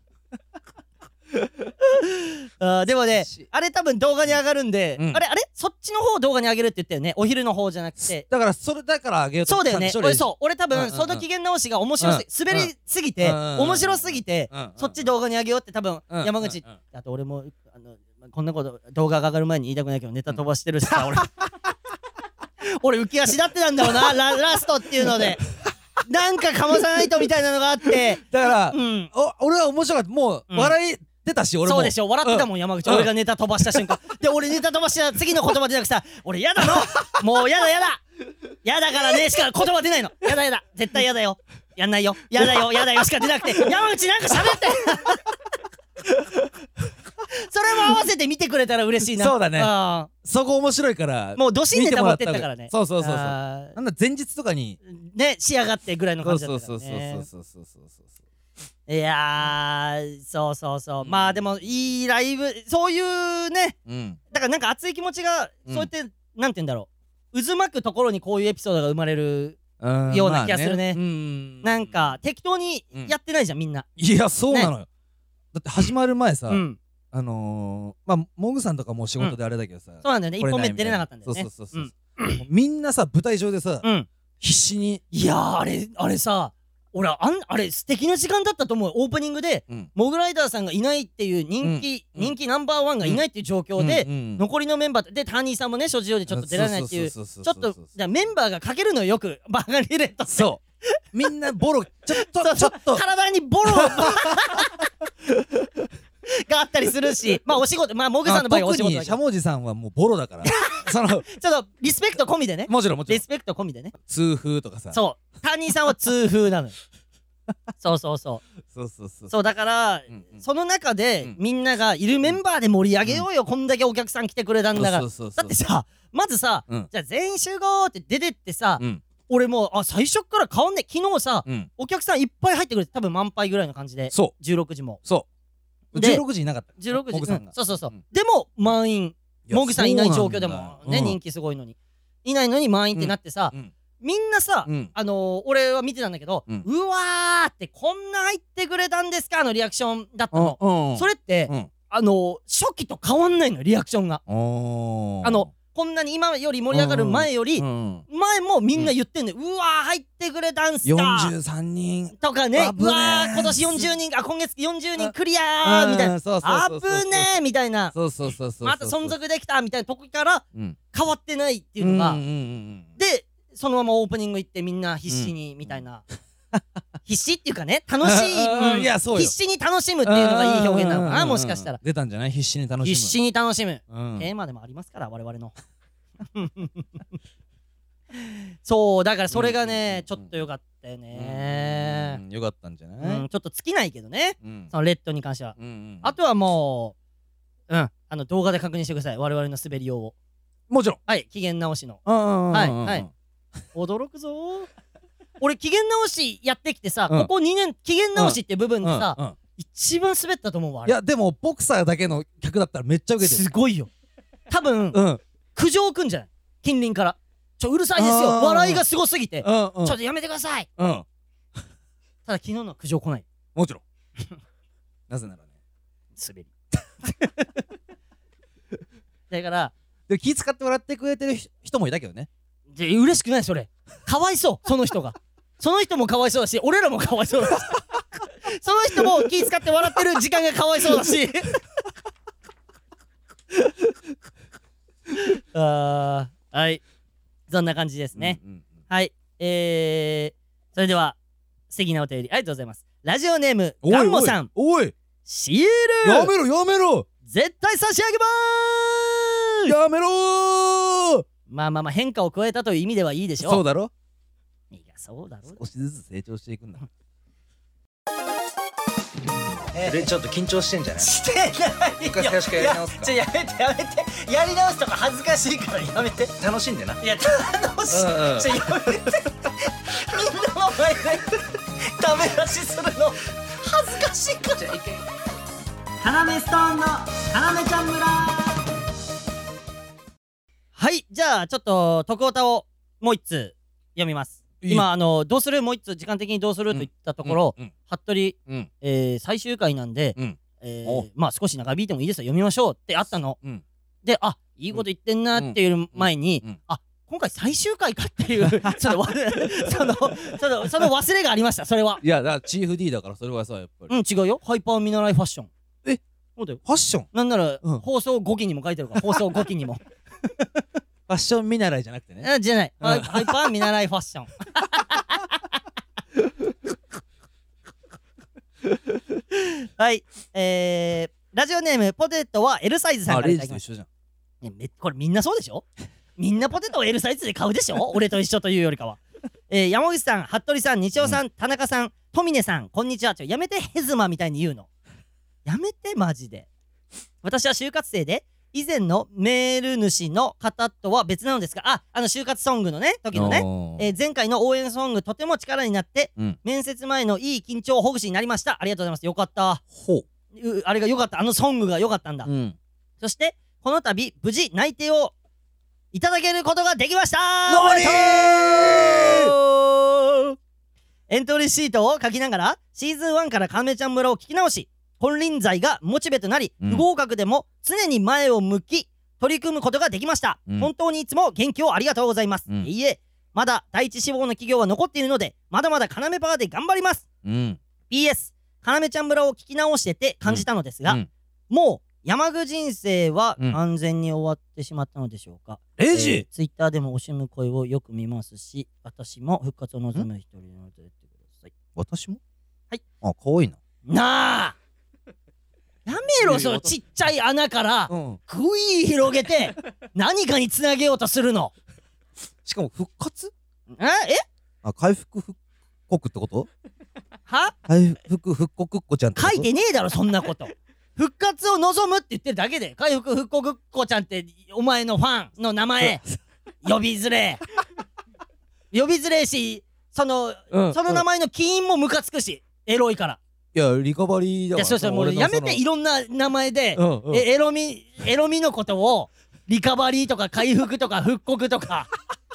でもねあれ多分動画に上がるんであれそっちの方を動画に上げるって言ったよねお昼の方じゃなくて。 だからそれだから上げようと。 そうだよね俺多分その機嫌直しが面白す滑りすぎて面白すぎてそっち動画に上げようって多分山口あと俺もこんなこと動画が上がる前に言いたくないけどネタ飛ばしてるしさ俺浮き足立ってたんだろうなラストっていうのでなんかかまさないとみたいなのがあってだから俺は面白かった。もう笑い出たし俺も。 そうでしょ笑ってたもん山口俺がネタ飛ばした瞬間で俺ネタ飛ばした次の言葉出なくさ俺やだのもうやだからねしか言葉出ないのやだ絶対やだよやんないよやだよしか出なくて山口なんか喋ってそれも合わせて見てくれたら嬉しいな。 そうだねそこ面白いからもうどしんネタ持ってったからね。 そうなんだ前日とかにね仕上がってぐらいの感じだったからね。いやそうまあでもいいライブそういうねだからなんか熱い気持ちがそうやってなんて言うんだろう渦巻くところにこういうエピソードが生まれるような気がするね。なんか適当にやってないじゃんみんな。 いやそうなのよ。だって始まる前さまあモグさんとかもう仕事であれだけどさそうなんだよね1本目出れなかったんだよね。 そうみんなさ舞台上でさ必死に。 いやーあれさ俺あれ素敵な時間だったと思う。オープニングでモグライダーさんがいないっていう人気ナンバーワンがいないっていう状況で残りのメンバーでターニーさんもね諸事情でちょっと出られないっていうちょっとメンバーがかけるのよくバーガーリレット。 そうみんなボロちょっと体にボロがあったりするしまあお仕事まあモグさんの場合はお仕事だけど特にしゃもじさんはもうボロだからちょっとリスペクト込みでねもちろんリスペクト込みでね痛風とかさそうターニーさんは痛風なのよそうだからその中でみんながいるメンバーで盛り上げようよこんだけお客さん来てくれたんだからだってさまずさじゃあ全員集合って出てってさ俺もう最初から変わんねえ。昨日さ、お客さんいっぱい入ってくれて、多分満杯ぐらいの感じで、16時も。 そう16時いなかった。 16時、そうでも満員。モグさんいない状況でもね、人気すごいのにいないのに満員ってなってさ、みんなさ、俺は見てたんだけど、うわーってこんな入ってくれたんですかのリアクションだったの。それって初期と変わんないの、リアクションが。こんなに今より盛り上がる前より前もみんな言ってんのよ。うわー入ってくれたんすか 43人とかね、うわー今年40人今月40人クリアーみたいな、あぶねーみたいな、また存続できたみたいなとこから変わってないっていうのが、でそのままオープニング行ってみんな必死にみたいな、必死っていうかね、楽しい、必死に楽しむっていうのがいい表現なのかな、もしかしたら。 出たんじゃない？必死に楽しむ。 必死に楽しむ。テーマでもありますから、我々の。そうだからそれがね、ちょっとよかったよね。 よかったんじゃない？ ちょっと尽きないけどね、そのレッドに関しては。あとはもう動画で確認してください、我々の滑りようを。 もちろん。 はい、機嫌直しの。はい驚くぞー。俺機嫌直しやってきてさ、ここ2年機嫌直しって部分でさ一番滑ったと思うわ。 いやでもボクサーだけの客だったらめっちゃウケてる。 すごいよ。多分苦情くんじゃない、近隣から。うるさいですよ、笑いがすごすぎてちょっとやめてください。ただ昨日の苦情来ない。 もちろん。なぜならね、 滑り。だから気使って笑ってくれてる人もいたけどね。 嬉しくない？それかわいそう、その人が。その人もかわいそうだし、俺らもかわいそうだし。その人も気使って笑ってる時間がかわいそうだし。はいそんな感じですね。はい、それでは素敵なお便りありがとうございます。ラジオネームガンモさん。 おいシールやめろやめろ、 絶対差し上げまーす。 やめろー。 まあ変化を加えたという意味ではいいでしょ。 そうだろ。 いやそうだろ。 少しずつ成長していくんだ。でちょっと緊張してんじゃない？してないよ。一回最初からやり直すか。 やめてやめて、やり直すとか恥ずかしいからやめて。 楽しんでな。 いや楽しい。やめて。みんなの前でダメ出しするの恥ずかしいから。じゃあ一回カナメストーンのカナメちゃん村。はい、じゃあちょっと徳太をもう一通読みます。今どうする、もう一つ時間的にどうすると言ったところ、服部最終回なんでまあ少し長引いてもいいですよ、読みましょうってあったので、いいこと言ってんなっていう前に、今回最終回かっていうその忘れがありました。それはいやだからチーフ D だから、それはさやっぱり違うよ。ハイパー見習いファッション。 そうだよ、ファッションなんなら放送5期にも書いてるから、放送5期にも。 ファッション見習いじゃなくてね。 じゃない、ハイパー見習いファッション。はい、ラジオネームポテトは L サイズさんからいただきました。これみんなそうでしょ。みんなポテトを L サイズで買うでしょ。俺と一緒というよりかは。山口さん、服部さん、日尾さん、田中さん、富峰さん、こんにちは。やめてヘズマみたいに言うのやめてマジで。私は就活生で以前のメール主の方とは別なのですが、就活ソングのね時のね、前回の応援ソングとても力になって、面接前のいい緊張ほぐしになりました。ありがとうございます。よかった。あれがよかった。あのソングがよかったんだ。そしてこの度無事内定をいただけることができました。エントリーシートを書きながらシーズン1からカメちゃん村を聞き直し、金輪際がモチベとなり、不合格でも常に前を向き取り組むことができました。本当にいつも元気をありがとうございます。いいえ、まだ第一志望の企業は残っているので、まだまだカナメパワーで頑張ります。PS、カナメちゃん村を聞き直してて感じたのですが、もう山口人生は完全に終わってしまったのでしょうか。ツイッターでも惜しむ声をよく見ますし、私も復活を望む一人なので言ってください。 私も？ はい。 可愛いな。 なあ、やめろ、そのちっちゃい穴からぐい広げて何かにつなげようとするの。 しかも復活？ 回復復刻ってこと？ は？ 回復復刻っこちゃんってこと？ 書いてねえだろそんなこと。復活を望むって言ってるだけで、回復復刻っこちゃんってお前のファンの名前呼びづれ。 呼びづれえし、その名前の起因もムカつくし、エロいから。 いやリカバリーだから。 そうもうやめて、いろんな名前でエロみのことをリカバリーとか回復とか復刻とか。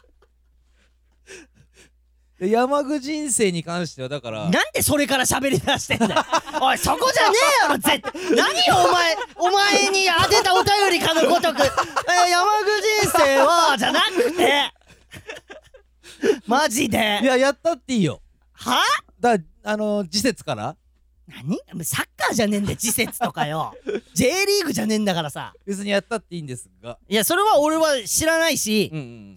山口人生に関してはだからなんでそれから喋り出してんだよおいそこじゃねえやろ絶対。何よお前に当てたお便りかのごとく山口人生はじゃなくてマジでいややったっていいよ。 は次節から何サッカーじゃねえんだよ次節とかよJ リーグじゃねえんだからさ。 別にやったっていいんですが、 いやそれは俺は知らないし、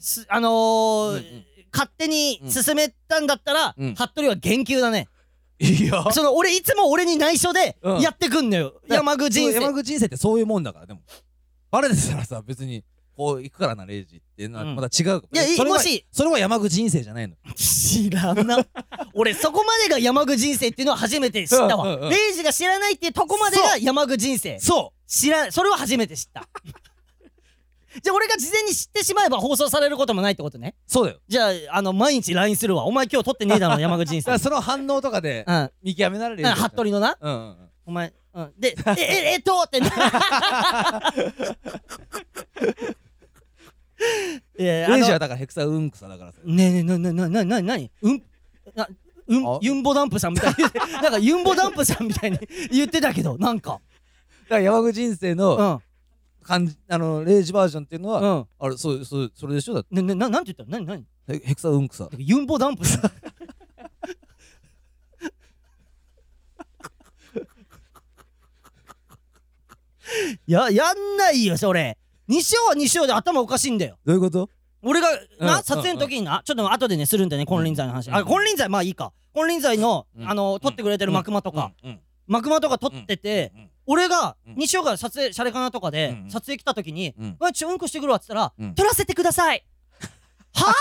勝手に進めたんだったら、服部は言及だね。 いや俺いつも俺に内緒でやってくんのよ、山口人生。 山口人生ってそういうもんだから。でもあれですからさ、別にこう行くからなレイジっていうのはまた違う。 いやもしそれは山口人生じゃないの。 知らんな俺そこまでが山口人生っていうのは初めて知ったわ。レイジが知らないっていうとこまでが山口人生。そうそれは初めて知ったじゃあ俺が事前に知ってしまえば放送されることもないってことね。 そうだよ。 じゃあ毎日 LINE するわ。お前今日撮ってねえだろ山口人生その反応とかで見極められる。 服部のなお前でってレイジはだからヘクサうんくさだからさ。 ねえ何ユンボダンプさんみたいになんかユンボダンプさんみたいに言ってたけど、なんかだから山口人生の感じレイジバージョンっていうのはあれそれでしょ。だってなんて言ったの？何ヘクサうんくさユンボダンプさんやんないよそれ。西尾は西尾で頭おかしいんだよ。 どういうこと？ 俺が撮影の時にちょっと後でねするんだよね、金輪際の話。金輪際まあいいか。金輪際の撮ってくれてるマクマとか撮ってて、俺が西尾が撮影シャレかなとかで撮影来た時に「ちょうんこしてくるわ」っつったら「撮らせてください」は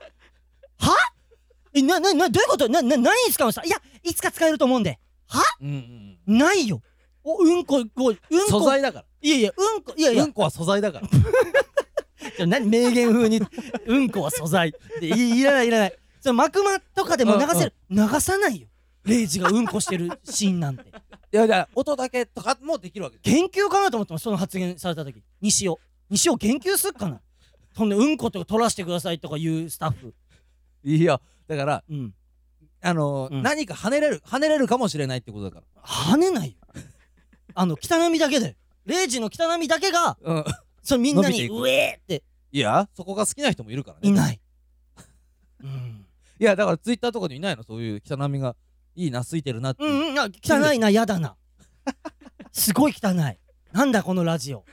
どういうこと？何に使うんですか？いやいつか使えると思うんで。はないよ。うんこ素材だから。 いやうんこは素材だから何名言風にうんこは素材っていらない。そのマクマとかでも流せる。流さないよレイジがうんこしてるシーンなんて。 いや音だけとかもできるわけ。 言及かなと思ってもその発言された時西尾言及すっかな。そんでうんことか取らせてくださいとか言うスタッフ。 いやだから何か跳ねれるかもしれないってことだから。 跳ねないよ汚みだけでレイジの汚みだけがそのみんなにうえーって。 いやそこが好きな人もいるからね。 いないいやだからツイッターとかにいないの？そういう汚みがいいな、ついてるなって。 汚いな、やだなすごい汚い。なんだこのラジオ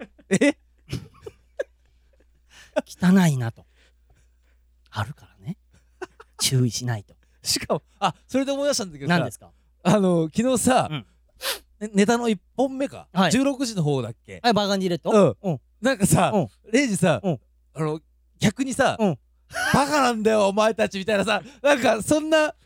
汚いなとあるからね注意しないと。 しかもそれで思い出したんだけどさ。 何ですか？ 昨日さネタの1本目か16時の方だっけ。 バーガンディレッド。 なんかさレイジさ逆にさバカなんだよお前たちみたいなさ、なんかそんな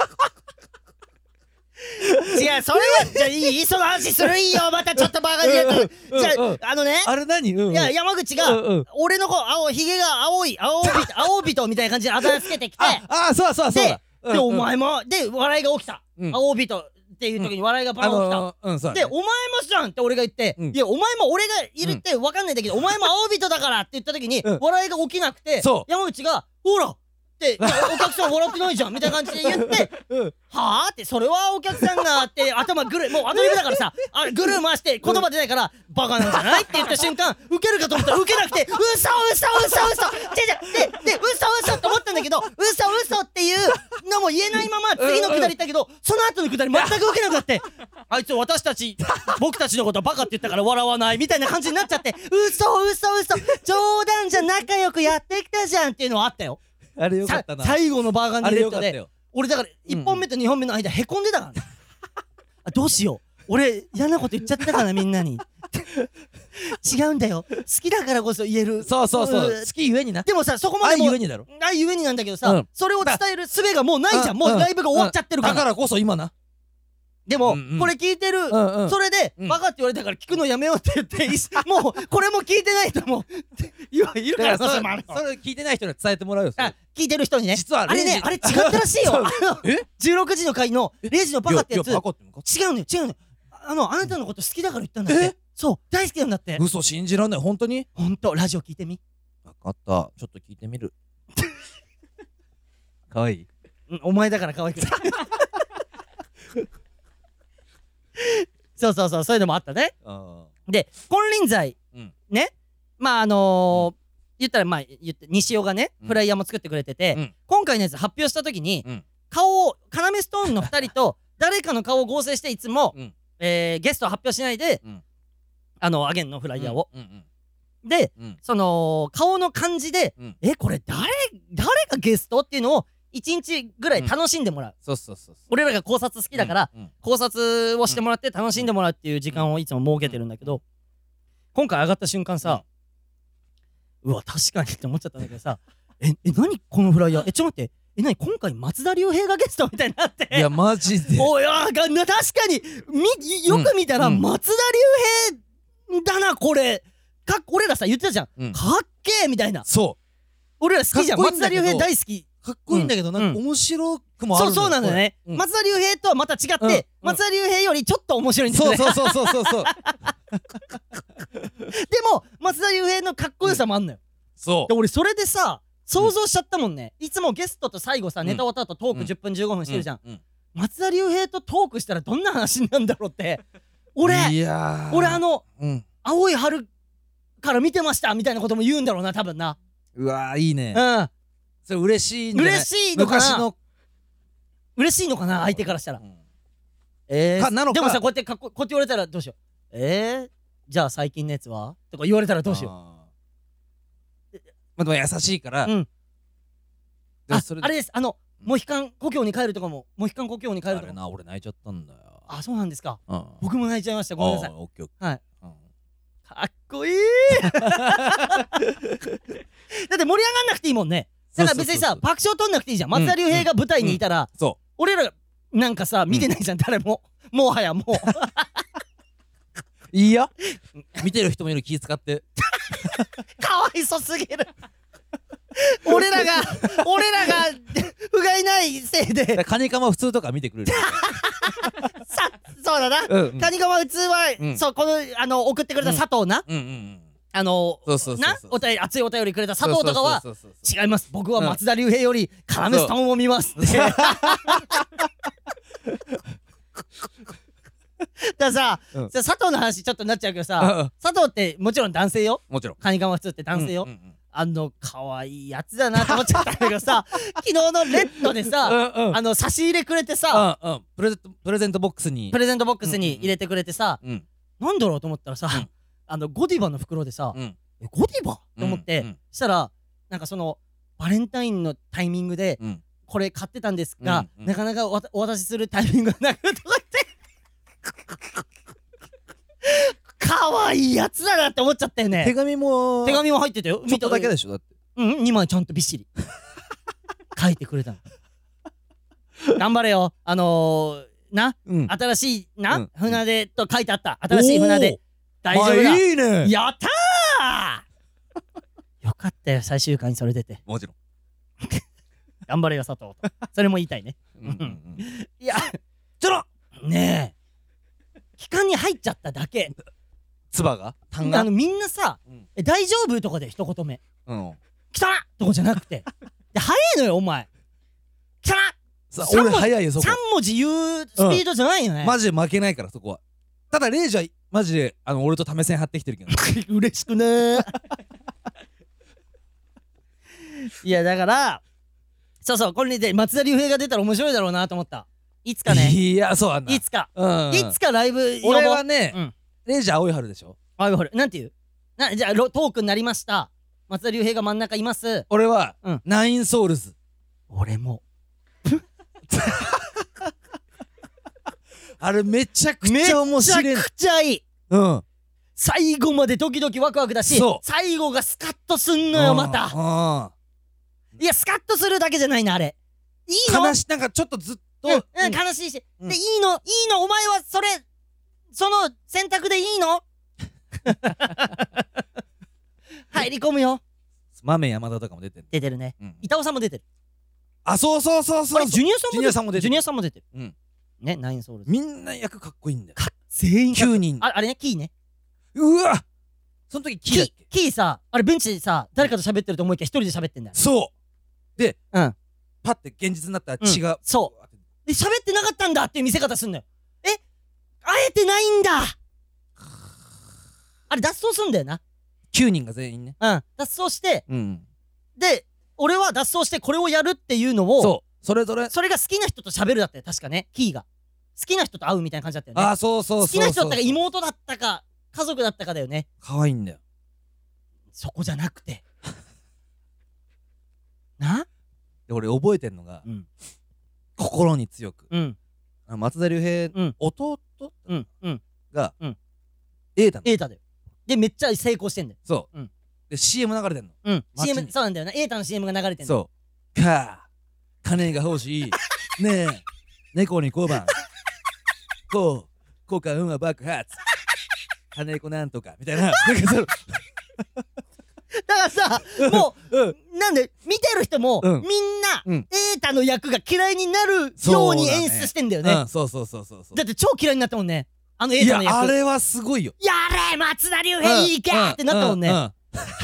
違う、それはじゃあいい？その話するいいよ。またちょっとバカにやったじゃああれ何？いや山口が俺のひげが青人みたいな感じであだ名つけてきてそうでお前もで笑いが起きた。青人っていう時に笑いがバーン起きた。でお前もじゃんって俺が言っていやお前も俺がいるって分かんないんだけどお前も青人だからって言った時に笑いが起きなくて山口がほらってお客さん笑ってないじゃんみたいな感じで言ってはぁってそれはお客さんがって頭ぐるもうアドリブだからさぐる回して言葉出ないからバカなんじゃないって言った瞬間ウケるかと思ったらウケなくて嘘で嘘って思ったんだけど嘘っていうのも言えないまま次のくだり言ったけどその後のくだり全くウケなくなってあいつ僕たちのことバカって言ったから笑わないみたいな感じになっちゃって嘘冗談じゃ仲良くやってきたじゃんっていうのはあったよ。 あれよかったな。 最後のバーガンディレットで俺だから1本目と2本目の間へこんでたからねどうしよう俺嫌なこと言っちゃったかなみんなに違うんだよ好きだからこそ言える。 そう好きゆえにな。 でもさそこまでも愛ゆえにだろ。 愛ゆえになんだけどさそれを伝える術がもうないじゃん。もうライブが終わっちゃってるから。 だからこそ今な。 でもこれ聞いてるそれでバカって言われたから聞くのやめようって言ってもうこれも聞いてない人もいるからそれ聞いてない人には伝えてもらうよ。 聞いてる人にね。 実はあれね、あれ違ったらしいよ。16時の回の0時のバカってやつ。違うのよ、違うのよ。あなたのこと好きだから言ったんだって。そう、大好きなんだって。 嘘信じらんない、本当に？ 本当、ラジオ聞いてみ。 分かった、ちょっと聞いてみる。可愛い？ お前だから可愛くない。そうそうそう、そういうのもあったね。で、金輪際ね、まあ言ったら西尾がねフライヤーも作ってくれてて、今回のやつ発表した時に顔を要ストーンの2人と誰かの顔を合成していつもゲストを発表しないであげんのフライヤーを。でその顔の感じでこれ誰がゲストっていうのを1日ぐらい楽しんでもらう。俺らが考察好きだから考察をしてもらって楽しんでもらうっていう時間をいつも設けてるんだけど、今回上がった瞬間さ、うわ確かにって思っちゃったんだけどさ、何このフライヤー、ちょっと待って、何今回松田龍平がゲストみたいになって。 いやマジで、 おい確かによく見たら松田龍平だなこれ。俺らさ言ってたじゃん、かっけえみたいな。そう俺ら好きじゃん、松田龍平大好き。 かっこいいんだけど、なんか面白くもあるんだよ。 そうなんだよね。松田龍平とはまた違って松田龍平よりちょっと面白いんだよね。そうでも松田龍平のかっこよさもあんのよ。で俺それでさ想像しちゃったもんね。いつもゲストと最後さネタ終わった後トーク10分15分してるじゃん。松田龍平とトークしたらどんな話なんだろうって。俺青い春から見てましたみたいなことも言うんだろうな多分な。 うわいいね。それ嬉しいんじゃない？嬉しいのかな相手からしたら。でもさこうやって言われたらどうしよう。じゃあ最近のやつはとか言われたらどうしよう。 でも優しいから。 あれです、モヒカン故郷に帰るとかもモヒカン故郷に帰るとか。 あれな俺泣いちゃったんだよ。 あそうなんですか。僕も泣いちゃいました、ごめんなさい。はい、かっこいい。だって盛り上がんなくていいもんね。だから別にさ爆笑取んなくていいじゃん。松田龍平が舞台にいたら俺らなんかさ見てないじゃん誰も。もはやもういいや見てる人もいる、気使って。 かわいそすぎる。俺らが不甲斐ないせいで。 カニカマ普通とか見てくれる。 そうだな、カニカマ普通はそうこの送ってくれた佐藤な、熱いお便りくれた佐藤とかは違います、僕は松田龍平よりカラメストーンを見ますって。ださ佐藤の話ちょっとなっちゃうけどさ、佐藤ってもちろん男性よ。 もちろんカニカマ普通って男性よ。可愛いやつだなと思っちゃったんだけどさ、昨日のレッドでさ差し入れくれてさ、 プレゼントボックスに入れてくれてさ、なんだろうと思ったらさ、ゴディバの袋でさ、ゴディバと思って、したらなんかそのバレンタインのタイミングでこれ買ってたんですが、なかなかお渡しするタイミングがなくとか言って。可愛いやつだなって思っちゃったよね。手紙も入ってたよ。 ちょっとだけでしょだって。 2枚ちゃんとびっしり書いてくれたの。頑張れよ。新しい船出と書いてあった。新しい船出大丈夫だ。 いいね。 やったー。よかったよ最終回にそれ出て。 もちろん。 頑張れよ佐藤と。それも言いたいね。いやちょっとねえ期間に入っちゃっただけ。 つばがみんなさ大丈夫とかで一言目来たなとかじゃなくて早いのよお前。来たな俺早いよそこ。 3文字言うスピードじゃないよね。 マジで負けないからそこは。ただレイジはマジで俺と為戦張ってきてるけど。 嬉しくねー。いやだからそうこれで松田龍平が出たら面白いだろうなと思った。いつかね。 いやそうなんだ。 いつかライブ俺はねレイジ青い春でしょ。 青い春なんていうじゃあトークになりました。松田龍平が真ん中います。 俺はナインソウルズ。 俺もあれめちゃくちゃ面白い。 めちゃくちゃいい。最後までドキドキワクワクだし最後がスカッとすんのよまた。いやスカッとするだけじゃないなあれ。いいの？ なんかちょっとずっと悲しいしでいいのお前はその選択でいいの？入り込むよ。 豆山田とかも出てる。 出てるね。板尾さんも出てる。 あ、そうそうそうそう。 ジュニアさんも出てる。 ジュニアさんも出てる。 ね、ナインソウルズ。 みんな役かっこいいんだよ。 全員 9人。 あれね、キーね。 うわ、その時キーだっけ。 キーさ、あれベンチでさ、誰かと喋ってると思いきや一人で喋ってんだよ。 そうで、パッて現実になったら違う。 そうで、喋ってなかったんだっていう見せ方すんのよ。あえてないんだ。あれ脱走すんだよな。 9人が全員ね。 脱走して、で、俺は脱走してこれをやるっていうのを、 そう、それぞれそれが好きな人と喋るだったよ、確かね、キーが。好きな人と会うみたいな感じだったよね。 あ、そうそうそう。 好きな人だったか妹だったか家族だったかだよね。 可愛いんだよ。 そこじゃなくてな。 で、俺覚えてんのが、心に強く、松田龍平弟が瑛太だよ。でめっちゃ成功してんだよ。 そうで CM 流れてんの。 CM そうなんだよな。瑛太の CM が流れてんの。 そう金が欲しいねえ猫に小判効果運は爆発金子なんとかみたいな。 だからさ、もうなんで見てる人もみんな瑛太の役が嫌いになるように演出してんだよね。そうだって超嫌いになったもんね、あの瑛太の役。 いや、あれはすごいよ。 やれ松田龍平いいかってなったもんね。いや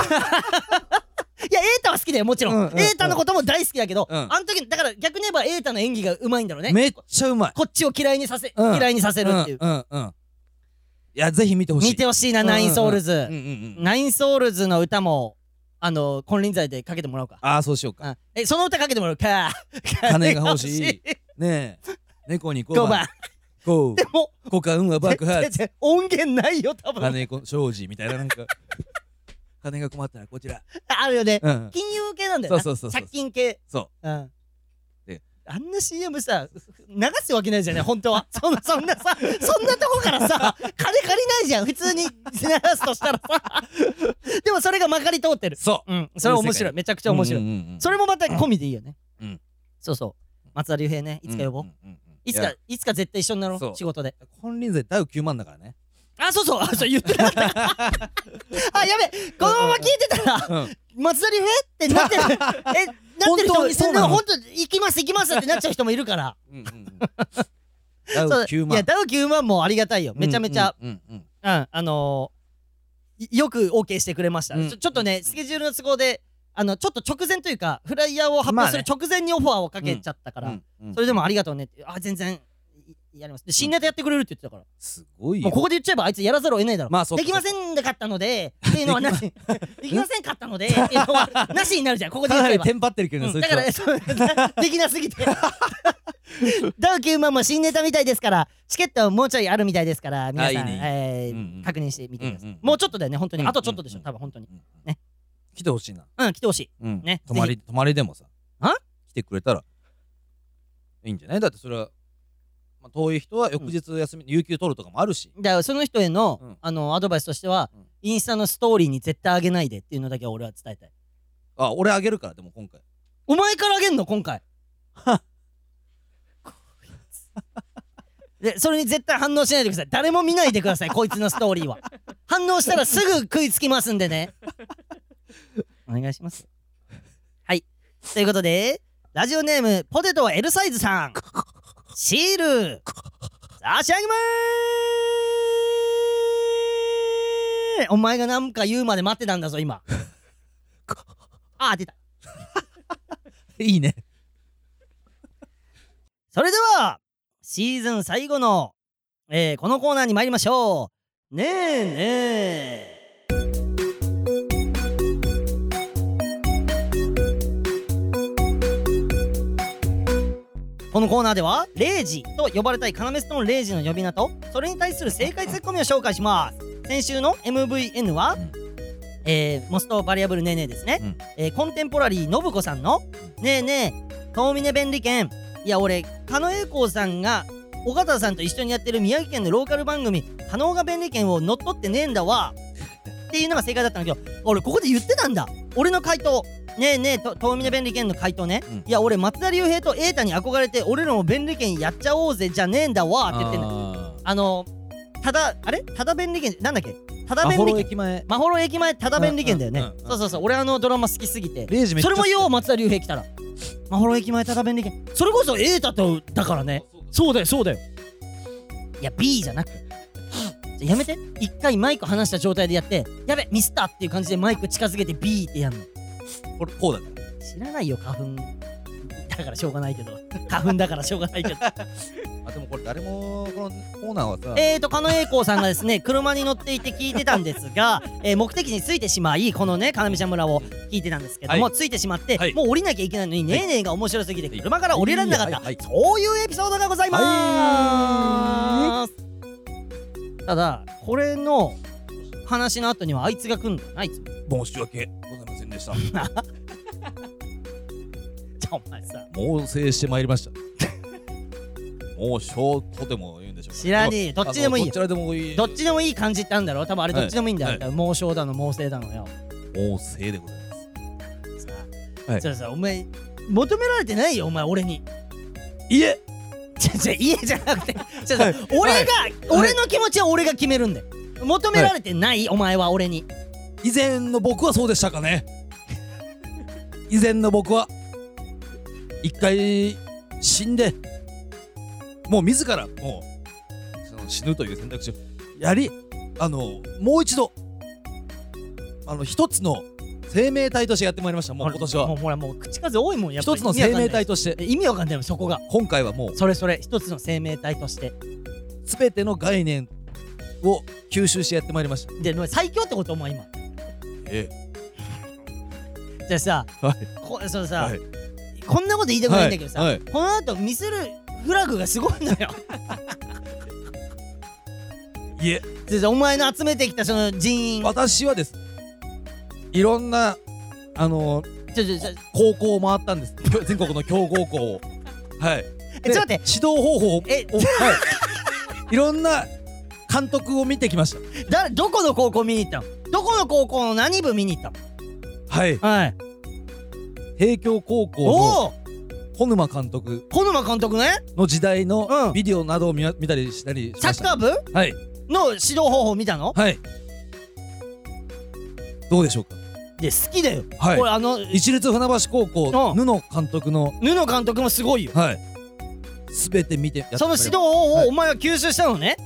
瑛太は好きだよ、もちろん。瑛太のことも大好きだけど、あの時だから逆に言えば瑛太の演技がうまいんだろうね。 めっちゃうまい。 こっちを嫌いにさせるっていう。 いや、ぜひ見てほしい。 見てほしいな、ナインソウルズ。ナインソウルズの歌も金輪際でかけてもらおうか。 ああ、そうしようか。 その歌かけてもらうか。 金が欲しいねえ猫に小判でも効果運は爆発。 音源ないよ多分。 金子庄司みたいな、なんか金が困ったらこちらあるよね。金融系なんだよな。借金系。 そうあんな CM さ流すわけないじゃんね、本当は。そんなさ、そんなとこからさ金借りないじゃん普通に流すとしたらさ。でもそれがまかり通ってる。それ面白い、めちゃくちゃ面白い。それもまた込みでいいよね。そうそう、松田龍平ね、いつか呼ぼう。いつか絶対一緒になろう、仕事で。 金輪際ダウ9万だからね。 あ、そう言ってなかった。あ、やべ、このまま聞いてたら松田龍平ってなってる。なってる人、本当行きますってなっちゃう人もいるから。 ダウ9万。 いや、ダウ9万もありがたいよ。めちゃめちゃよく OK してくれました。ちょっとね、スケジュールの都合でちょっと直前というかフライヤーを発表する直前にオファーをかけちゃったから、それでもありがとうねって。あ、全然やります。で、新ネタやってくれるって言ってたから。 すごいよ。 もうここで言っちゃえばあいつやらざるを得ないだろ。できませんかったのでっていうのはなし。できませんかったのでっていうのはなしになるじゃん、ここで言っちゃえば。 テンパってるけどね。 だからできなすぎて。ダウ9万も新ネタみたいですから、チケットもうちょいあるみたいですから、皆さん確認してみてください。もうちょっとだよね、本当に。あとちょっとでしょ、多分本当に。ね。 来てほしいな。 来てほしい。ね。 泊まりでもさ、来てくれたらいいんじゃない？だってそれは遠い人は翌日休み、有給取るとかもあるし。だからその人へのアドバイスとしては、インスタのストーリーに絶対あげないでっていうのだけは俺は伝えたい。 あ、俺あげるから。でも今回お前からあげんの今回。でそれに絶対反応しないでください。誰も見ないでください、こいつのストーリーは。反応したらすぐ食いつきますんでね。お願いします。はい、ということでラジオネームポテト L サイズさん、シール差し上げまーす。お前が何か言うまで待ってたんだぞ今。あ、出た。 いいね。 それではシーズン最後の、このコーナーに参りましょう。ねえねえ。このコーナーではレイジと呼ばれたいカナメストーンレイジの呼び名とそれに対する正解ツッコミを紹介します。先週の MVN は、モストバリアブルねえねえですね。コンテンポラリーのぶこさんのねえねえ遠峰便利券。いや俺狩野英孝さんが岡田さんと一緒にやってる宮城県のローカル番組狩野が便利券を乗っ取ってねえんだわっていうのが正解だったんだけど、俺ここで言ってたんだ。俺の回答ねえねえ遠峰便利券の回答ね、いや俺松田龍平と瑛太に憧れて俺らも便利券やっちゃおうぜじゃねえんだわって言ってんだ。 あれただ便利券なんだっけ、ただ便利券、まほろ駅前ただ便利券だよね。そう俺ドラマ好きすぎて、それもよう松田龍平来たらまほろ駅前ただ便利券、それこそ瑛太とだからね。そうだよ。いや B じゃなくて、じゃやめて、一回マイク離した状態でやって、やべミスったっていう感じでマイク近づけて B ってやんの。 これこうだから。 知らないよ、花粉だからしょうがないけど花粉だからしょうがないけどでもこれ誰もこのコーナーはさ、 狩野英孝さんがですね車に乗っていて聞いてたんですが、目的地に着いてしまい、このね金見ちゃん村を聞いてたんですけども、着いてしまって、もう降りなきゃいけないのに、ねえねえが面白すぎて車から降りられなかった、そういうエピソードがございます。ただこれの話の後にはあいつが来んだよな、あいつも。申し訳ございませんでしたじゃお前さ、 猛省してまいりましたもうショートでも言うんでしょうか。 知らねえよ、どっちでもいいよ。 どっちでもいい。 どっちでもいい感じってあるんだろ、多分あれどっちでもいいんだよ。猛省だの猛省だのよ。 猛省でございます。 さあお前求められてないよお前俺に。 家家じゃなくて俺の気持ちは俺が決めるんだよ。求められてないお前は俺に。 以前の僕はそうでしたかね。以前の僕は一回死んで、もう自らもうその死ぬという選択肢をやり、もう一度一つの生命体としてやってまいりました。もう今年はほらもう口数多いもん、やっぱり一つの生命体として意味わかんないもんそこが。 今回はもうそれ一つの生命体として全ての概念を吸収してやってまいりました。 で最強ってことお前今。じゃあさ、そのさ、こんなこと言いたくないんだけどさ、この後ミスるフラグがすごいのよお前の集めてきたその人員、 私はですいろんな高校を回ったんです。全国の強豪校を。 ちょっと待って、 指導方法をいろんな監督を見てきました。 どこの高校見に行ったの？どこの高校の何部見に行ったの？ 帝京高校の小沼監督ねの時代のビデオなどを見たりしたりしました。 サッカー部の指導方法を見たの？ どうでしょうか。 で好きだよ。 これ市立船橋高校布野監督もすごいよ。 全て見てやって、 その指導方法をお前は吸収したのね。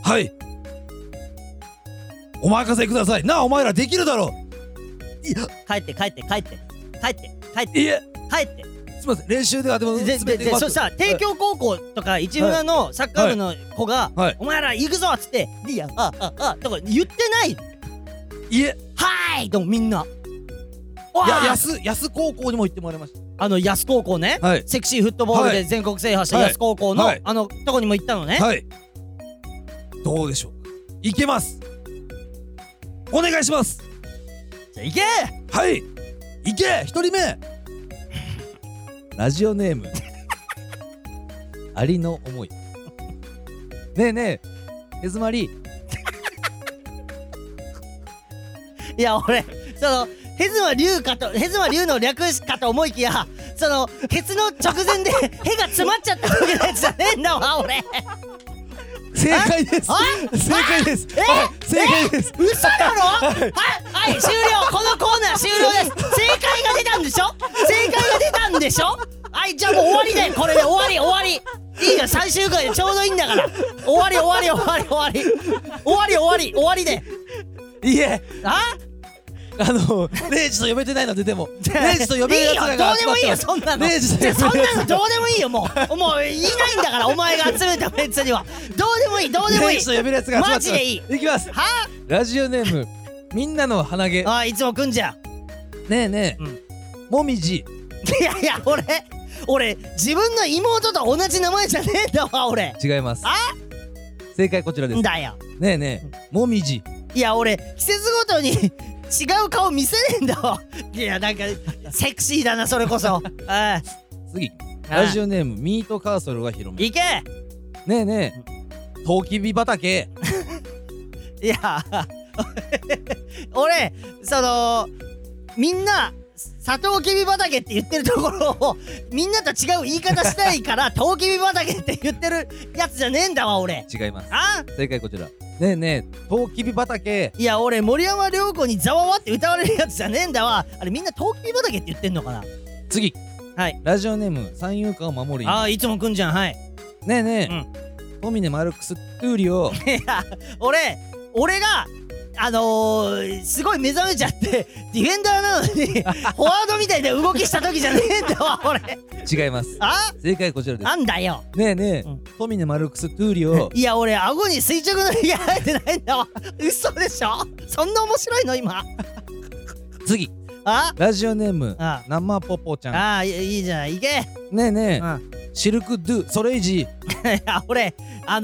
お任せくださいな。お前らできるだろう。 帰っていえすみません、練習ではでもそしたら帝京高校とか市船のサッカー部の子がお前ら行くぞっつって「いやとか言ってない。はいでもみんな安高校にも行ってもらいました。 安高校ね、セクシーフットボールで全国制覇した安高校のとこにも行ったのね。 どうでしょう。行けます。お願いします。 じゃあ行け。 行け。一人目ラジオネームありの思い。ねえヘズマリいや俺ヘズマ龍の略かと思いきや、ケツの直前でヘが詰まっちゃったわけのやつじゃねえんだわ俺。 正解です。正解です。 嘘なの？はい終了。このコーナー終了です。正解が出たんでしょ。じゃあもう終わりだよ。これで終わり。いいよ、最終回でちょうどいいんだから。終わりで。 いえレイジと呼べてないので、でもレイジと呼べるやつらがどうでもいいよそんなの。そんなのどうでもいいよ。もういないんだからお前が集めたメンツには。どうでもいい。 レイジと呼べるやつが集まってます。 マジでいい。 いきます。ラジオネームみんなの鼻毛。 いつも来んじゃん。 ねえもみじ。 いや俺自分の妹と同じ名前じゃねえんだわ俺。 違います。正解こちらです。 だよ。 ねえもみじ。 いや俺季節ごとに違う顔見せねえんだわ。いやなんかセクシーだなそれこそ。 次ラジオネームミートカーソルは広め。 いけ。 ねえトウキビ畑。 いや俺みんなサトウキビ畑って言ってるところをみんなと違う言い方したいからトウキビ畑って言ってるやつじゃねえんだわ俺。 違います。正解こちら。 ねえねえ、トウキビ畑。 いや俺森山良子にざわわって歌われるやつじゃねえんだわ。あれみんなトウキビ畑って言ってんのかな。 次。 はい。 ラジオネーム三遊間を守り。 ああいつも来んじゃん。はい。 ねえねえ、トミネ・マルクス・トゥーリオ。 いや俺がすごい目覚めちゃってディフェンダーなのにフォワードみたいな動きした時じゃねえんだわ俺。 違います。正解こちらです。 なんだよ。 ねえねえ、トミネ・マルクス・トゥーリオ。 いや俺顎に垂直のひげ生えてないんだわ。嘘でしょ。そんな面白いの今。 次。ラジオネーム生ポポちゃん。 いいじゃん。いけ。 ねえねえ、シルク・ドゥ・ソレイジ。 いや俺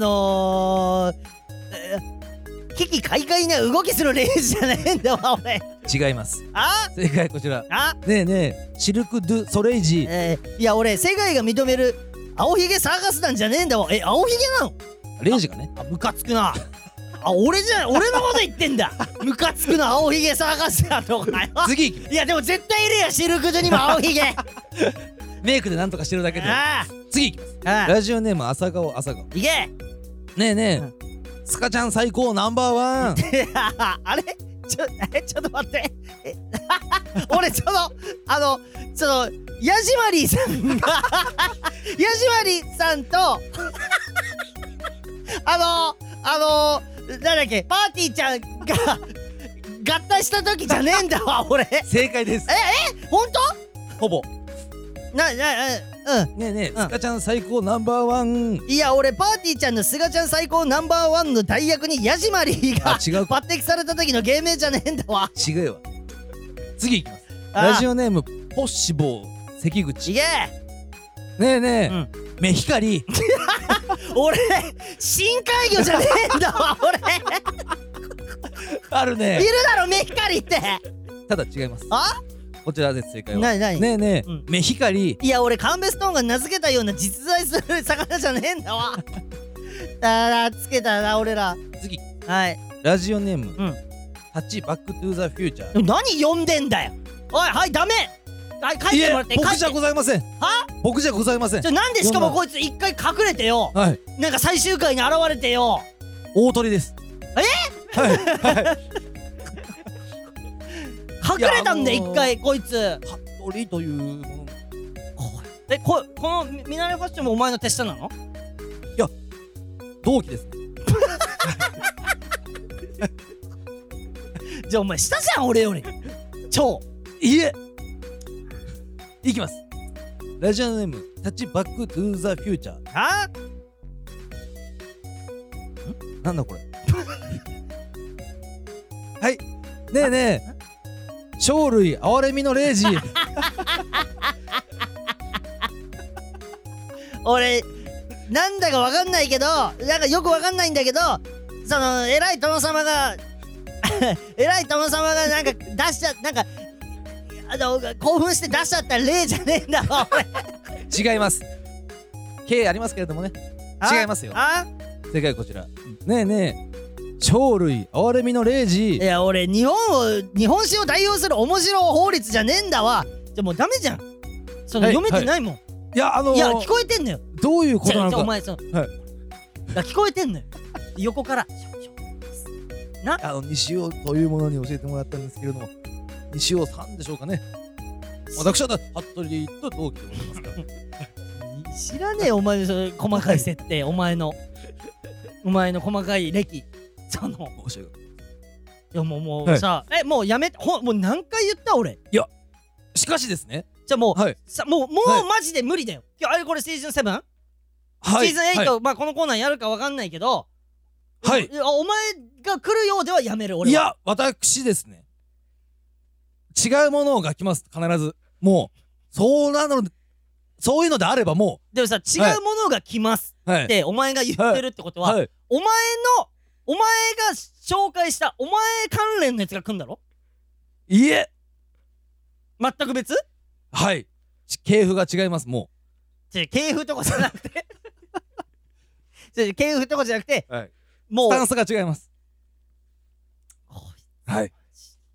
危機快快な動きするレイジじゃねえんだわ俺。 違います。正解こちら。ねえねえ、シルク・ドゥ・ソレイジ。 いや俺世界が認める青ひげサーカス団じゃねえんだわ。青ひげなの。 レイジがね。 ムカつくな。俺のこと言ってんだ。ムカつくな。青ひげサーカス団とかよ。 次。 いやでも絶対いるよシルク・ドゥにも青ひげ。 メイクでなんとかしてるだけで。次いきます。ラジオネーム朝顔。いけ。 ねえねえ、スカちゃん最高ナンバーワン。 あれちょっと待って。俺そのヤジマリーさんがヤジマリーさんとなんだっけ、パーティーちゃんが合体した時じゃねえんだわ俺。 正解です。 ほんと？ ほぼ。 ねえねえ、スカちゃん最高ナンバーワン。 いや俺パーティーちゃんのスガちゃん最高ナンバーワンの代役にヤジマリーが抜擢された時の芸名じゃねえんだわ。 違うわ。次いきます。ラジオネームポッシボー関口。 いけ。 ねえねえ、目光。 俺深海魚じゃねえんだわ俺。 あるね。 いるだろ目光って。 ただ違います。こちらです。正解は。 ねえねえ、目光。 いや俺カンベストーンが名付けたような実在する魚じゃねえんだわ。つけたな俺ら。 次。 はい。 ラジオネームタッチバックトゥーザフューチャー。 何呼んでんだよ。おいはいダメ。はい帰ってもらって。 僕じゃございません。僕じゃございません。 なんでしかもこいつ一回隠れてよ。なんか最終回に現れてよ。 大鳥です。はい。 隠れたんだ一回こいつ。 服部というもの。 この見慣れファッションもお前の手下なの？ いや同期ですね。 じゃあお前下じゃん俺より。超。 いえ。いきます。ラジオネームタッチバックトゥーザフューチャー。なんだこれ。はい。ねえねえ、鳥類哀れみの0時。 俺なんだかわかんないけど、なんかよくわかんないんだけど、その偉い殿様が偉い殿様がなんか出しちゃ、なんか興奮して出しちゃった例じゃねえんだわ俺。違います。K ありますけれどもね、違いますよ。正解はこちら。ねえねえ、鳥類哀れみの0時。 いや俺日本史を代表する面白法律じゃねえんだわ。じゃもうダメじゃん。その読めてないもん。いや聞こえてんのよ。 どういうことなのか。 お前聞こえてんのよ横から。 西尾というものに教えてもらったんですけれども、西尾さんでしょうかね。私は服部と同期でございますから。 知らねえお前のその細かい設定。お前の細かい歴。その申し訳ない。 いやもうさ、もうやめて。もう何回言った俺。 いやしかしですね、 じゃあもうマジで無理だよ。これシーズン 7？ シーズン8、まあこのコーナーやるかわかんないけど、お前が来るようではやめる俺は。 いや私ですね、違うものが来ます。必ず。もうそういうのであればもう。 でもさ、違うものが来ますってお前が言ってるってことは、お前が紹介したお前関連のやつが来んだろ。 いえ、 全く別。 はい、系譜が違います。もう系譜とかじゃなくて系譜とかじゃなくて、 もうスタンスが違います。はい。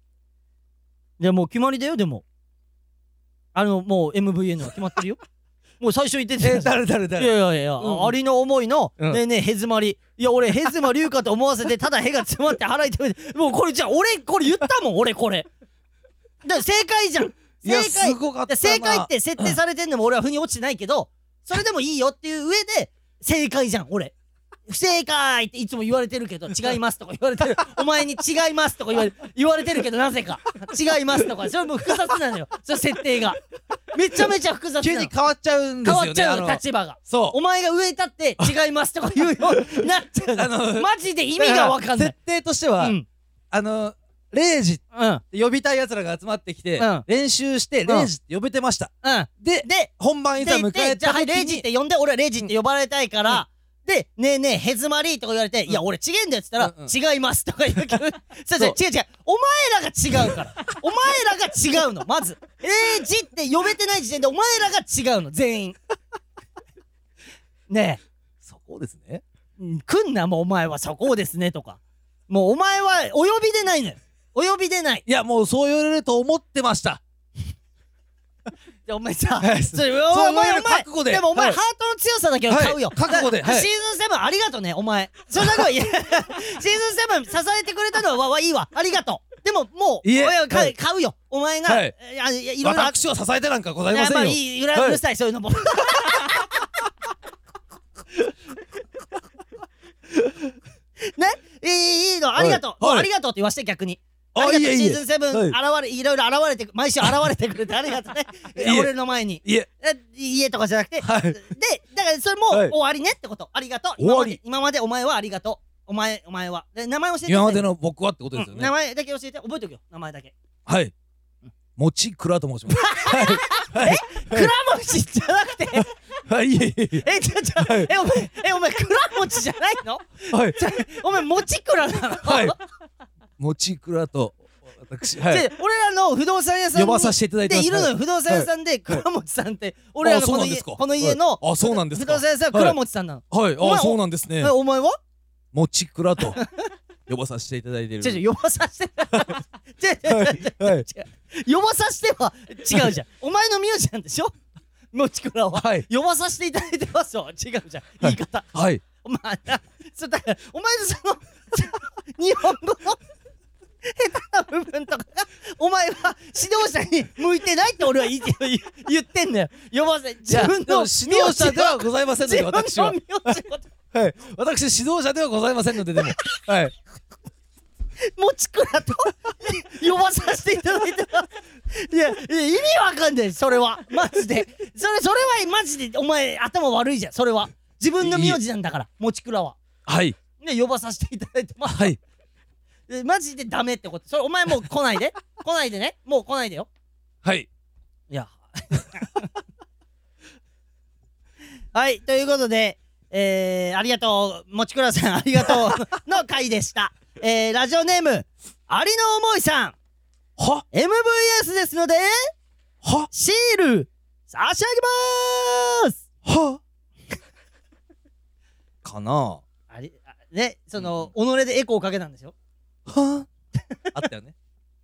でもう決まりだよ。でももう MVN は決まってるよ。 もう最初言ってた誰いやアリの思いのねえねえへずまり、いや俺へずまりゅうかと思わせてただへが詰まって腹痛めて、もうこれじゃあ俺これ言ったもん俺これだ正解じゃん。正解って設定されてんのも俺は腑に落ちてないけど、それでもいいよっていう上で正解じゃん俺。不正解っていつも言われてるけど違いますとか言われてるお前に違いますとか言われてるけどなぜか違いますとか、それも複雑なのよその設定がめちゃめちゃ複雑なの。 急に変わっちゃうんですよね。 変わっちゃうの立場が。 そうお前が上に立って違いますとか言うようになっちゃうマジで意味が分かんない。 設定としては0時って呼びたい奴らが集まってきて練習して0時って呼べてました。で本番いざ迎えた時に 0時って呼んで、俺は0時って呼ばれたいからで、ねえねえへずまりとか言われて、いや俺違えんだよっつったら違いますとか言うけど、違うお前らが違うからお前らが違うの。まず0時って呼べてない時点でお前らが違うの全員ねえそこですね。 来んなもうお前はそこですねとか、もうお前はお呼びでないのよ。お呼びでない。 いやもうそう言われると思ってました。 じゃあお前さ、 そう言われる覚悟で。 でもお前ハートの強さだけは買うよ。 覚悟で。 シーズン7ありがとねお前。それだけはシーズン7支えてくれたのはいいわ、ありがとう。でももう買うよお前が。 私を支えてなんかございませんよ。 うるさいそういうのも。ね、いいのありがとう、ありがとうって言わして逆に。シーズン7いろいろ現れて毎週現れてくれてありがとうね俺の前に。いえとかじゃなくて、でだからそれも終わりねってこと。ありがとう今までお前はありがとう。お前は名前教えて。 今までの僕はってことですよね。 名前だけ教えて、覚えておくよ名前だけ。 はい、もちくらと申します。 くらもちじゃなくてお前くらもちじゃないの？お前もちくらなの？ もちくらと私、 俺らの不動産屋さん呼ばさせていただいてます。 いるのよ不動産屋さんで倉持さんって俺らのこの家の不動産屋さん倉持さんなの。 はい、そうなんですね。 お前はもちくらと呼ばさせていただいてる。 呼ばさせて呼ばさせては違うじゃん。お前の名字なんでしょもちくらは。呼ばさせていただいてますわ違うじゃん言い方。お前だからお前のその日本語の下手な部分とかお前は指導者に向いてないって俺は言ってんだよ。呼ばせ自分の指導者ではございませんので私は。私指導者ではございませんので。でももちくらと呼ばさせていただいていや意味わかんないそれはマジで。それはマジでお前頭悪いじゃん。それは自分の名字なんだからもちくらは。ね呼ばさせていただいてます。マジでダメってこと。それお前もう来ないでね。もう来ないでよ。いやはいということでありがとうもちくらさんありがとうの回でした。ラジオネームありの思いさんMVS ですのでシール差し上げますかなね。その己でエコーをかけたんですよ。 あったよね。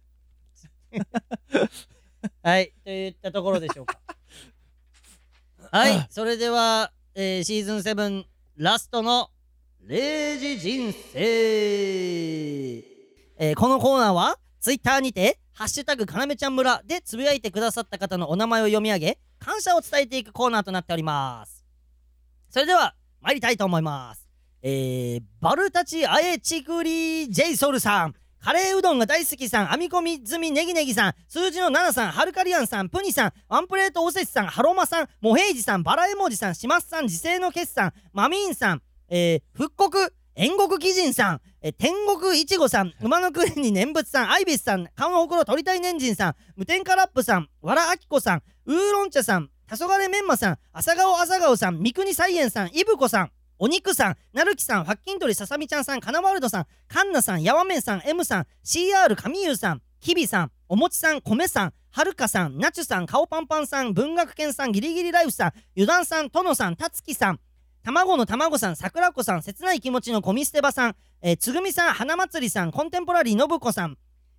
はいといったところでしょうか。はいそれではシーズン7ラストの0時人生。このコーナーはツイッターにてハッシュタグかなめちゃん村でつぶやいてくださった方のお名前を読み上げ感謝を伝えていくコーナーとなっております。それでは参りたいと思います。バルタチあえちくりジェイソルさん、カレーうどんが大好きさん、編み込み済みネギネギさん、数字の7さん、ハルカリアンさん、プニさん、ワンプレートおせちさん、ハロマさん、モヘイジさん、バラエモジさん、シマスさん、自生のケスさん、マミーンさん、復刻煉獄鬼人さん、天国いちごさん、馬の国に念仏さん、アイビスさん、顔のほくろ鳥谷年人さん、無添加ラップさん、わらあきこさん、ウーロン茶さん、たそがれメンマさん、朝顔朝顔さん、三国菜園さん、イブコさん、お肉さん、なるきさん、ファッキン鳥ささみちゃんさん、かなワールドさん、カンナさん、やわめんさん、M さん、CR 神優さん、きびさん、おもちさん、米さん、はるかさん、なちゅさん、顔パンパンさん、文学研さん、ギリギリライフさん、ゆだんさん、とのさん、たつきさん、卵の卵さん、さくらこさん、切ない気持ちのコミステバさん、つぐみさん、花祭りさん、コンテンポラリーのぶこさん、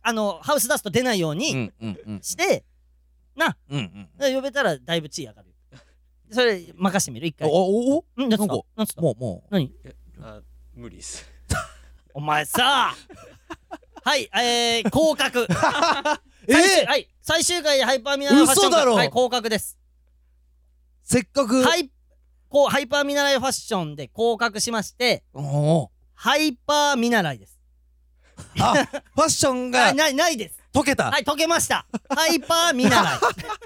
ハウスダスト出ないようにしてな、呼べたらだいぶ地位上がる。それ任してみる一回。なんつった？ もう何？ 無理っす。 お前さはい降格。はい最終回でハイパー見習いファッション。 嘘だろ。 はい降格です。 せっかくハイパー見習いファッションで降格しまして、ハイパー見習いです。 あ、ファッションがないです。 解けた。 はい、解けました。ハイパー見習い。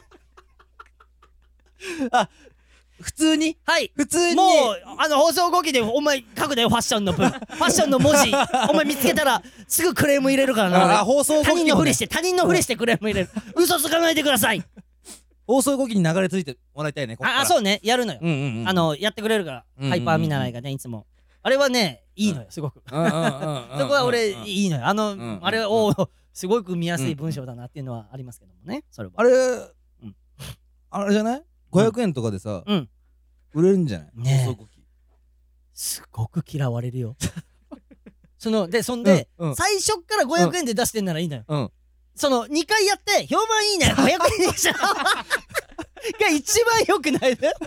あ、普通に？ はい。 普通に。 もう放送後期でお前書くだよ、ファッションの文。ファッションの文字お前見つけたらすぐクレーム入れるからな。 放送後期他人のふりしてクレーム入れる。嘘つかないでください。 放送後期に流れ着いてもらいたいね。 そうね、やるのよ。やってくれるからハイパー見習いがね、いつもあれはねいいのよ、すごく。そこは俺いいのよ。あれすごく見やすい文章だなっていうのはありますけどもね。それはあれじゃない？500円とかでさ売れるんじゃない？ ねえ、すごく嫌われるよ。そんで最初っから500円で出してんならいいのよ。その2回やって評判いいね500円でしょが一番良くないね。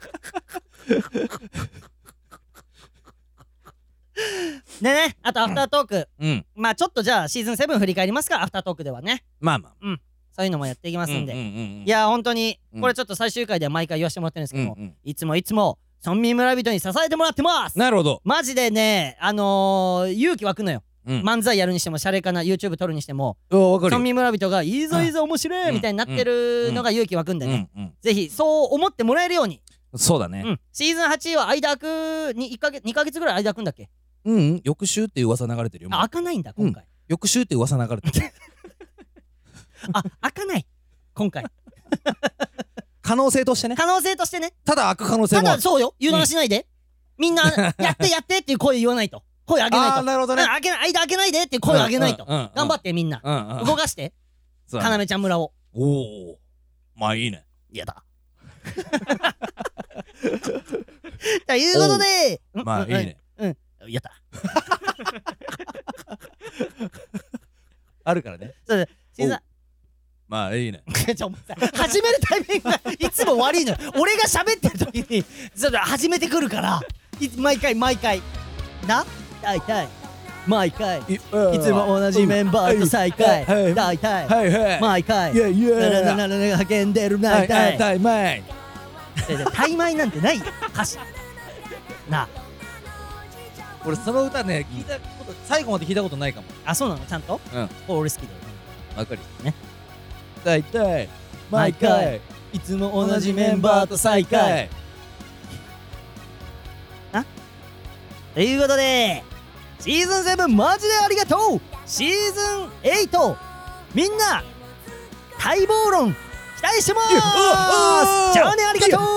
でね、あとアフタートーク、まあちょっとじゃあシーズン7振り返りますか。アフタートークではね、そういうのもやっていきますんで、いや本当にこれちょっと最終回では毎回言わせてもらってるんですけども、いつも村民村人に支えてもらってます。 なるほど。 マジでね、勇気湧くのよ。漫才やるにしてもシャレかな YouTube 撮るにしても、村民村人がいいぞいいぞ面白いみたいになってるのが勇気湧くんでね、ぜひそう思ってもらえるように。 そうだね。 シーズン8は間空くに2ヶ月ぐらい間空くんだっけ？ 翌週っていう噂流れてるよ。 開かないんだ今回。 翌週っていう噂流れてる。 開かない今回。 可能性としてね。ただ開く可能性もある。 ただそうよ、油断しないで。みんなやってっていう声言わないと。声上げないと。 なるほどね。 間開けないでっていう声上げないと。頑張ってみんな。動かして。かなめちゃん村を。 まあいいね。 やだ。ということで、 まあいいね。 やった。 あるからね。まあいいね。 始めるタイミングがいつも悪いのよ。俺が喋ってる時に始めてくるから毎回な、大体毎回いつも同じメンバーと再会、大体毎回励んでる大体タイマイなんてないよ歌詞なあ。 俺その歌ね聞いたこと最後まで聞いたことないかも。 あ、そうなの？ちゃんと？俺好きだよ。 わかるね。大体毎回いつも同じメンバーと再会。 ということでシーズン7マジでありがとう。シーズン8みんな待望論期待してまーす。じゃあね、ありがとう。